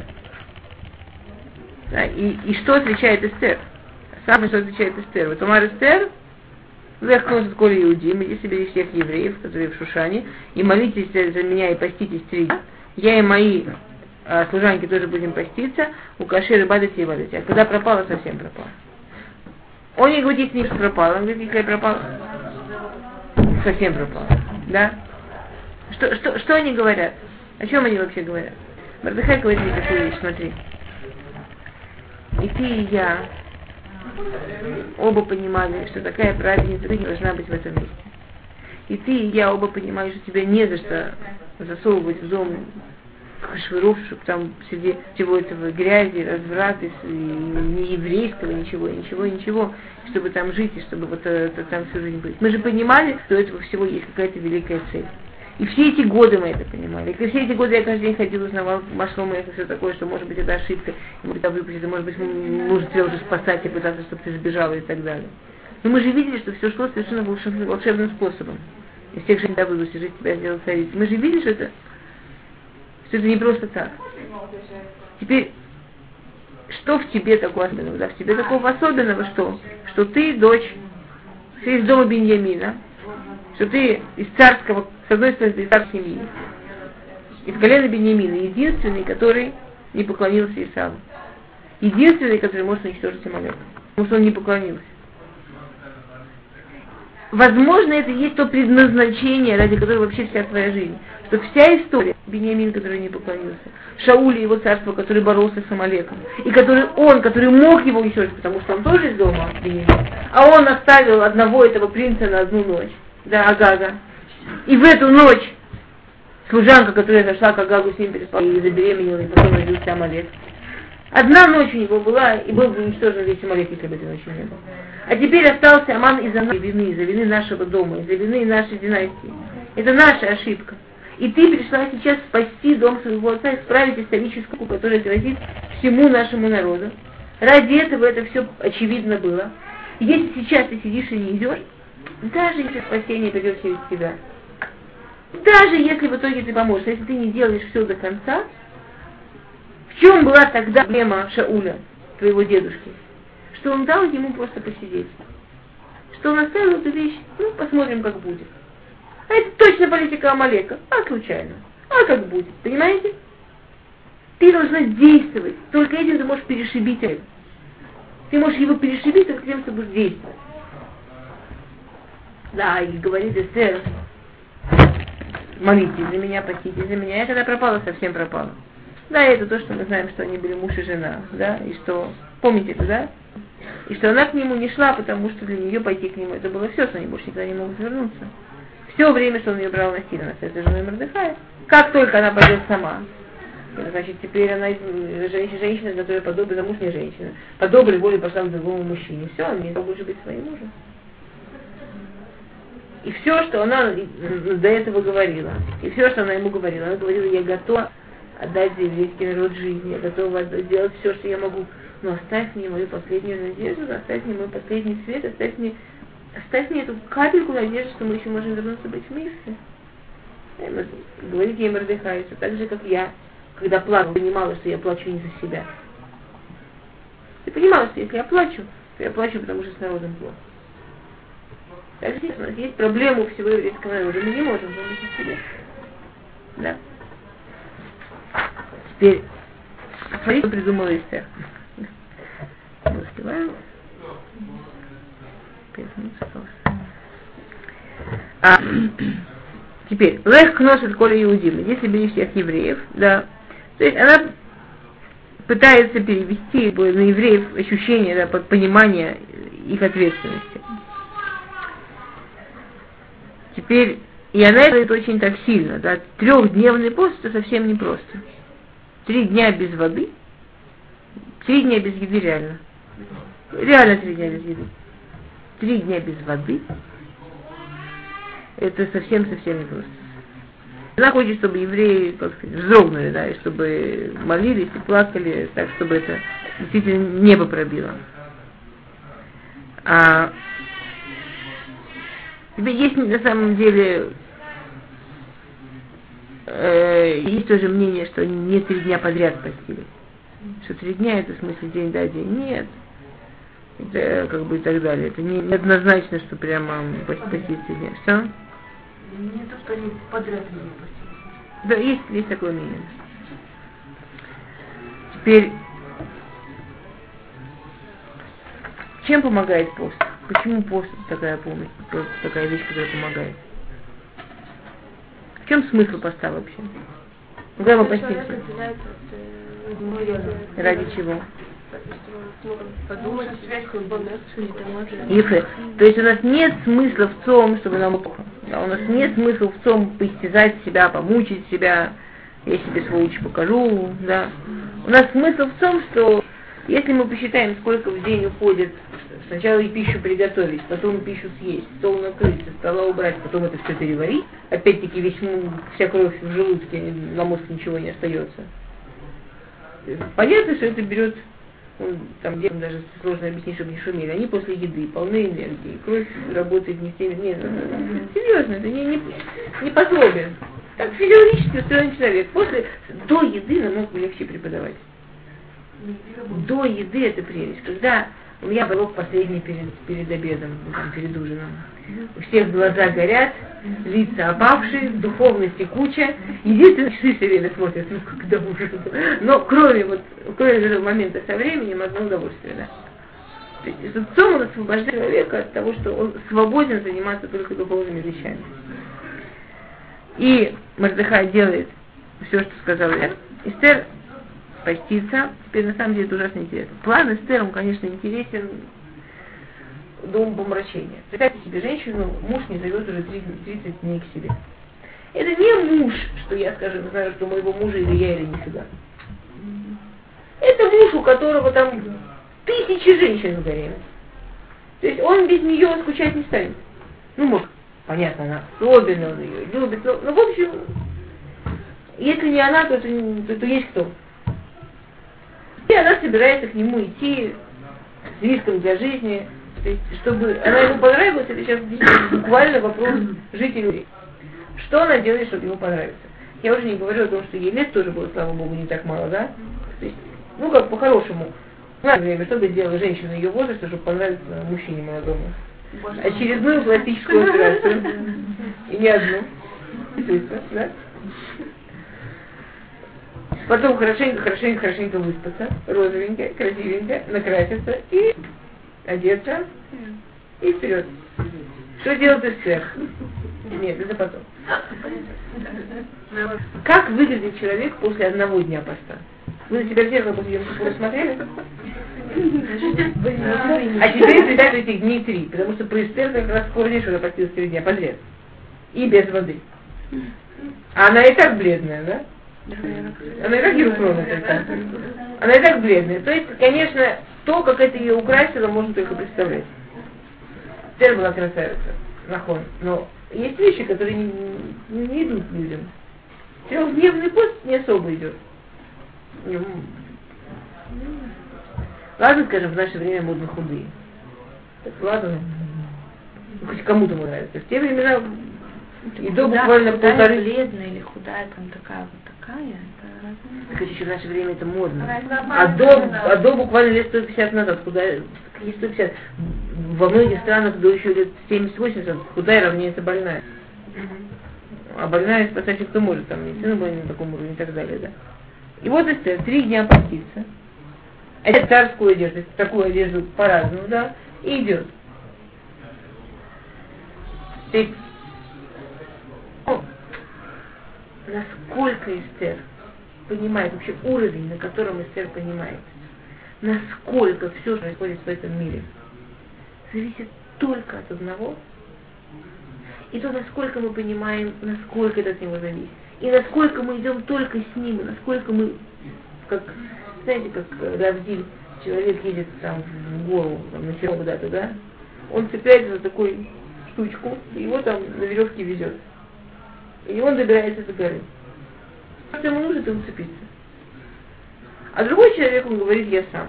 Да, и, и что отвечает Эстер? Самое, что отвечает Эстер. Вот Умар Эстер, Лех носит коли иудим, иди собери всех евреев, которые в Шушане, и молитесь за меня и поститесь три дня. Я и мои а, служанки тоже будем поститься, у кашеры бадайте и бадайте. А когда пропало, совсем пропало. Он не говорит, если не пропало, он говорит, если я пропал, совсем пропало. Да? Что, что, что они говорят? О чем они вообще говорят? Мордехай говорит мне такую вещь, смотри. И ты, и я оба понимали, что такая праведница не должна быть в этом месте. И ты, и я оба понимали, что тебя не за что засовывать в дом хашвиров, чтобы там среди всего этого грязи, разврата, и не еврейского, ничего, ничего, ничего, чтобы там жить, и чтобы вот это, там всю жизнь быть. Мы же понимали, что у этого всего есть какая-то великая цель. И все эти годы мы это понимали. И все эти годы я каждый день ходил, узнавал, машло мы это все такое, что может быть это ошибка, и может выпустить, может быть нужно тебя уже спасать и пытаться, чтобы ты сбежала и так далее. Но мы же видели, что все шло совершенно волшебным, волшебным способом. Из тех же не буду жить, тебя сделать царицей. Мы же видели, что это, что это не просто так. Теперь, что в тебе такого особенного? Да? В тебе такого особенного, что? Что ты дочь, ты из дома Беньямина, что ты из царского, с одной стороны, из царской семьи, из колена Беньямина, единственный, который не поклонился Исаву. Единственный, который может уничтожить Амалека. Потому что он не поклонился. Возможно, это и есть то предназначение, ради которого вообще вся твоя жизнь. Что вся история Беньямин, который не поклонился, Шауль и его царство, который боролся с Амалеком, и который он, который мог его уничтожить, потому что он тоже из дома Беньямина, а он оставил одного этого принца на одну ночь, да, Агага. И в эту ночь служанка, которая зашла к Агагу, с ним переспала и забеременела, и потом родился Амалек. Одна ночь у него была, и был бы уничтожен весь Амалек, если бы этой ночи не было. А теперь остался Аман из-за нашей вины, из-за вины нашего дома, из-за вины нашей династии. Это наша ошибка. И ты пришла сейчас спасти дом своего отца, исправить историческую, которая грозит всему нашему народу. Ради этого это все очевидно было. И если сейчас ты сидишь и не идешь, даже если спасение придет через тебя, даже если в итоге ты поможешь, если ты не делаешь все до конца, в чем была тогда проблема Шауля, твоего дедушки? Что он дал ему просто посидеть. Что он оставил эту вещь, ну, посмотрим, как будет. А это точно политика Амалека. А случайно. А как будет, понимаете? Ты должна действовать. Только этим ты можешь перешибить это. Ты можешь его перешибить, только тем, что будешь действовать. Да, и говорит Эстер, молитесь за меня, поститесь за меня. Я когда пропала, совсем пропала. Да, это то, что мы знаем, что они были муж и жена, да, и что, помните это, да? И что она к нему не шла, потому что для нее пойти к нему, это было все, что они больше никогда не могут вернуться. Все время, что он ее брал насильно, с этой женой Мордехая. Как только она пойдет сама, это значит, теперь она женщина, женщина, которая по доброй, замужняя женщина, по доброй воле пошла к другому мужчине. Все, он не мог больше быть своим мужем. И все, что она до этого говорила, и все, что она ему говорила, она говорила, я готова отдать за еврейский народ жизнь, я готова сделать все, что я могу, но оставь мне мою последнюю надежду, оставь мне мой последний свет, оставь мне, оставь мне эту капельку надежды, что мы еще можем вернуться быть вместе. Говорит ей Мордехай, что так же, как я, когда плакала, понимала, что я плачу не за себя. Ты понимала, что если я плачу, то я плачу, потому что с народом плохо. Так же у нас есть проблема у всего еврейского народа, мы не можем помочь себе. Да. Теперь, смотрите, что придумала Эстер. Мы успеваем. А, теперь, лех носит коли иудим, если бери всех евреев, да. То есть она пытается перевести на евреев ощущение, да, понимание их ответственности. Теперь, и она это очень так сильно, да, трехдневный пост это совсем непросто. Три дня без воды, три дня без еды реально. Реально три дня без еды. Три дня без воды, это совсем-совсем непросто. Она хочет, чтобы евреи, как сказать, вздрогнули, да, и чтобы молились и плакали, так, чтобы это действительно небо пробило. А теперь есть на самом деле э, есть тоже мнение, что они не три дня подряд постились. Что три дня это в смысле день да день. Нет. Это как бы и так далее. Это не, не однозначно, что прямо постились три дня. Что? Не то, что они подряд не постились. Да, есть, есть такое мнение. Теперь, чем помогает пост? Почему пост такая помощь, такая вещь, которая помогает? В чем смысл поста вообще? Куда мы постимся? Ради чего? Подумать, связь Ефе. То есть у нас нет смысла в том, чтобы нам плохо. Да, у нас нет смысла в том поистязать себя, помучить себя. Я себе сволочь покажу. Да. У нас смысл в том, что если мы посчитаем, сколько в день уходит сначала и пищу приготовить, потом пищу съесть, стол накрыть, со стола убрать, потом это все переварить, опять-таки весь, вся кровь в желудке, на мозг ничего не остается. Понятно, что это берет, ну, там детям даже сложно объяснить, чтобы не шумели, они после еды полны энергии, кровь работает не с теми, нет, серьезно, это не, не, не пособие. Так физиологически устроен человек. После, до еды намного легче преподавать. До еды это прелесть. Когда у меня был последний перед, перед обедом, там, перед ужином, у всех глаза горят, лица опавшие, духовности куча, единственное, часы все время смотрят, ну когда ужин. Но кроме вот, кроме этого момента со временем, одно удовольствие, да. То есть этот сон, он освобождает человека от того, что он свободен заниматься только духовными вещами. И Мордехай делает все, что сказал Эстер. Эстер постится. Теперь на самом деле это ужасно интересно. План Эстер, он, конечно, интересен до умопомрачения. Представьте себе женщину, муж не зовет уже тридцать дней к себе. Это не муж, что я, скажем, знаю, что моего мужа или я, или нифига. Это муж, у которого там тысячи женщин в гареме. То есть он без нее скучать не станет. Ну, может, понятно, она особенно, он ее любит, но, ну, в общем, если не она, то, то, то, то есть кто. И она собирается к нему идти с риском для жизни, то есть, чтобы она ему понравилась, это сейчас буквально вопрос жителей. Что она делает, чтобы ему понравиться? Я уже не говорю о том, что ей лет тоже было, слава богу, не так мало, да? То есть, ну, как по-хорошему, на время, что бы сделала женщина ее возраста, чтобы понравиться мужчине молодому? Очередную пластическую операцию. И не одну. Да? Потом хорошенько, хорошенько, хорошенько выспаться, розовенько, красивенько, накраситься и одеться, и вперед. Что делать Эстер? Нет, это потом. Как выглядит человек после одного дня поста? Вы на себя в зеркало после съемки посмотрели? А теперь представьте этих дней три, потому что по Эстер как раз корни, что она постилась три дня подряд. И без воды. А она и так бледная, да? Она и так ерукровная. Она и так бледная. То есть, конечно, то, как это ее украсило, можно только представлять. Эстер была красавица, нахон. Но есть вещи, которые не, не, не идут людям. Трехдневный пост не особо идет. Ладно, скажем, в наше время модно худые. Так, ладно, хоть кому-то нравится. В те времена и до буквально полторы... бледная или худая, там такая вот такая, это разные. Так еще в наше время это модно. А до, а до буквально лет сто пятьдесят назад, худая, какие сто пятьдесят, во многих странах до еще лет семьдесят-восемьдесят худая равняется больная. А больная спасать кто может, там медицина была не на таком уровне и так далее, да. И вот Эстер три дня постится. Это царскую одежду, такую одежду по-разному, да, и идет. Ты... О, насколько Эстер понимает, вообще уровень, на котором Эстер понимает, насколько все, что происходит в этом мире, зависит только от одного, и то, насколько мы понимаем, насколько это от него зависит, и насколько мы идем только с ним, и насколько мы как, знаете, как Равдиль, человек едет там в гору, там, на село куда-то, да? Он цепляется за такую штучку, и его там на веревке везет. И он добирается до горы. Что ему нужно, это уцепиться. А другой человек, он говорит, я сам.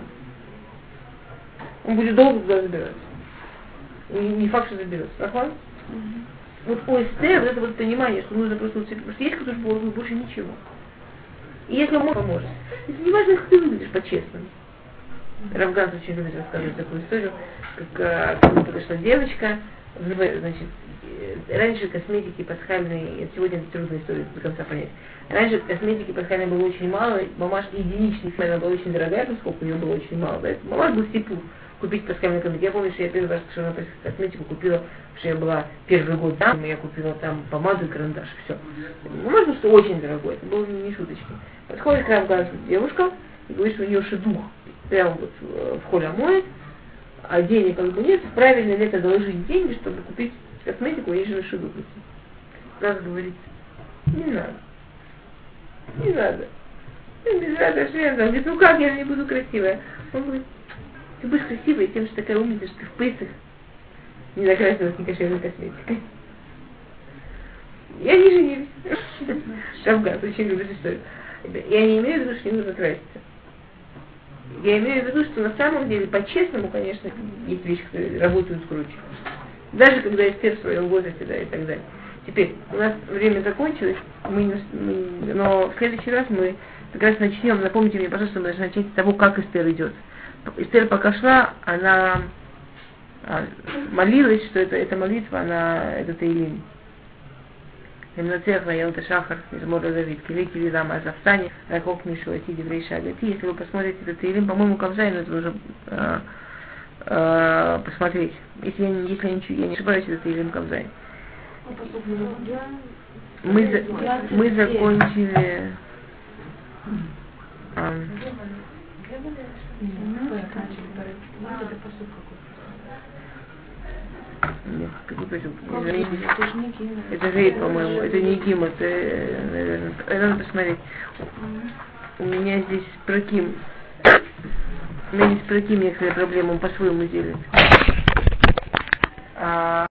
Он будет долго туда забираться. И не факт, что заберется. Ага? Mm-hmm. Вот у Эстер вот это вот понимание, что нужно просто уцепиться. Потому что есть кто-то Бог, больше ничего. И если он может, поможет. Это не важно, как ты выглядишь по-честному. Равганс очень любит рассказывать такую историю, как к нему подошла девочка, значит, раньше косметики пасхальной, сегодня это трудная история до конца понять. Раньше косметики пасхальной было очень мало, мамашка единичная, она была очень дорогая, поскольку ее было очень мало. Да? Мамаш был степу купить пасхальную косметику. Я помню, что я первый раз на косметику купила, что я была первый год там, и я купила там помаду и карандаш, все. Мамаш был что очень дорогой, это было не шуточки. Подходит к Равгансу девушка и говорит, что у нее шедух прямо вот в холе моет, а денег как бы нет, правильно ли это доложить деньги, чтобы купить косметику, ей же на шедух идти. Раз говорит, не надо. Не надо. Без рада, что я знаю. Говорит, ну как, я же не буду красивая. Он говорит, ты будешь красивая тем, что такая умница, что ты в Песах не накрасилась некошерной косметикой. Я не женюсь. Равганс очень любит историю. Я не имею в виду, что не нужно краситься. Я имею в виду, что на самом деле, по-честному, конечно, есть вещи, которые работают круче. Даже когда Эстер в своем возрасте, да, и так далее. Теперь, у нас время закончилось, мы не, мы, но в следующий раз мы как раз начнем. Напомните мне, пожалуйста, мы должны начать с того, как Эстер идет. Эстер пока шла, она а, молилась, что это, эта молитва, она, это Теилим. Имнацех Ваялта Шахар, Мизмор Давид, Килики Вилама Азавтани, Ракок Мишу Атиди Врейша Агати. Если вы посмотрите этот Теилим, по-моему, Кавзайн, это уже а, а, посмотреть. Если я, если я, ничего, я не ошибаюсь, это Теилим Кавзайн. Мы, за, мы закончили а, нет, извините, это же, по-моему, это не Гим, это, наверное, это надо посмотреть. У меня здесь проким, у меня здесь проким некоторые проблемы, он по-своему делит. А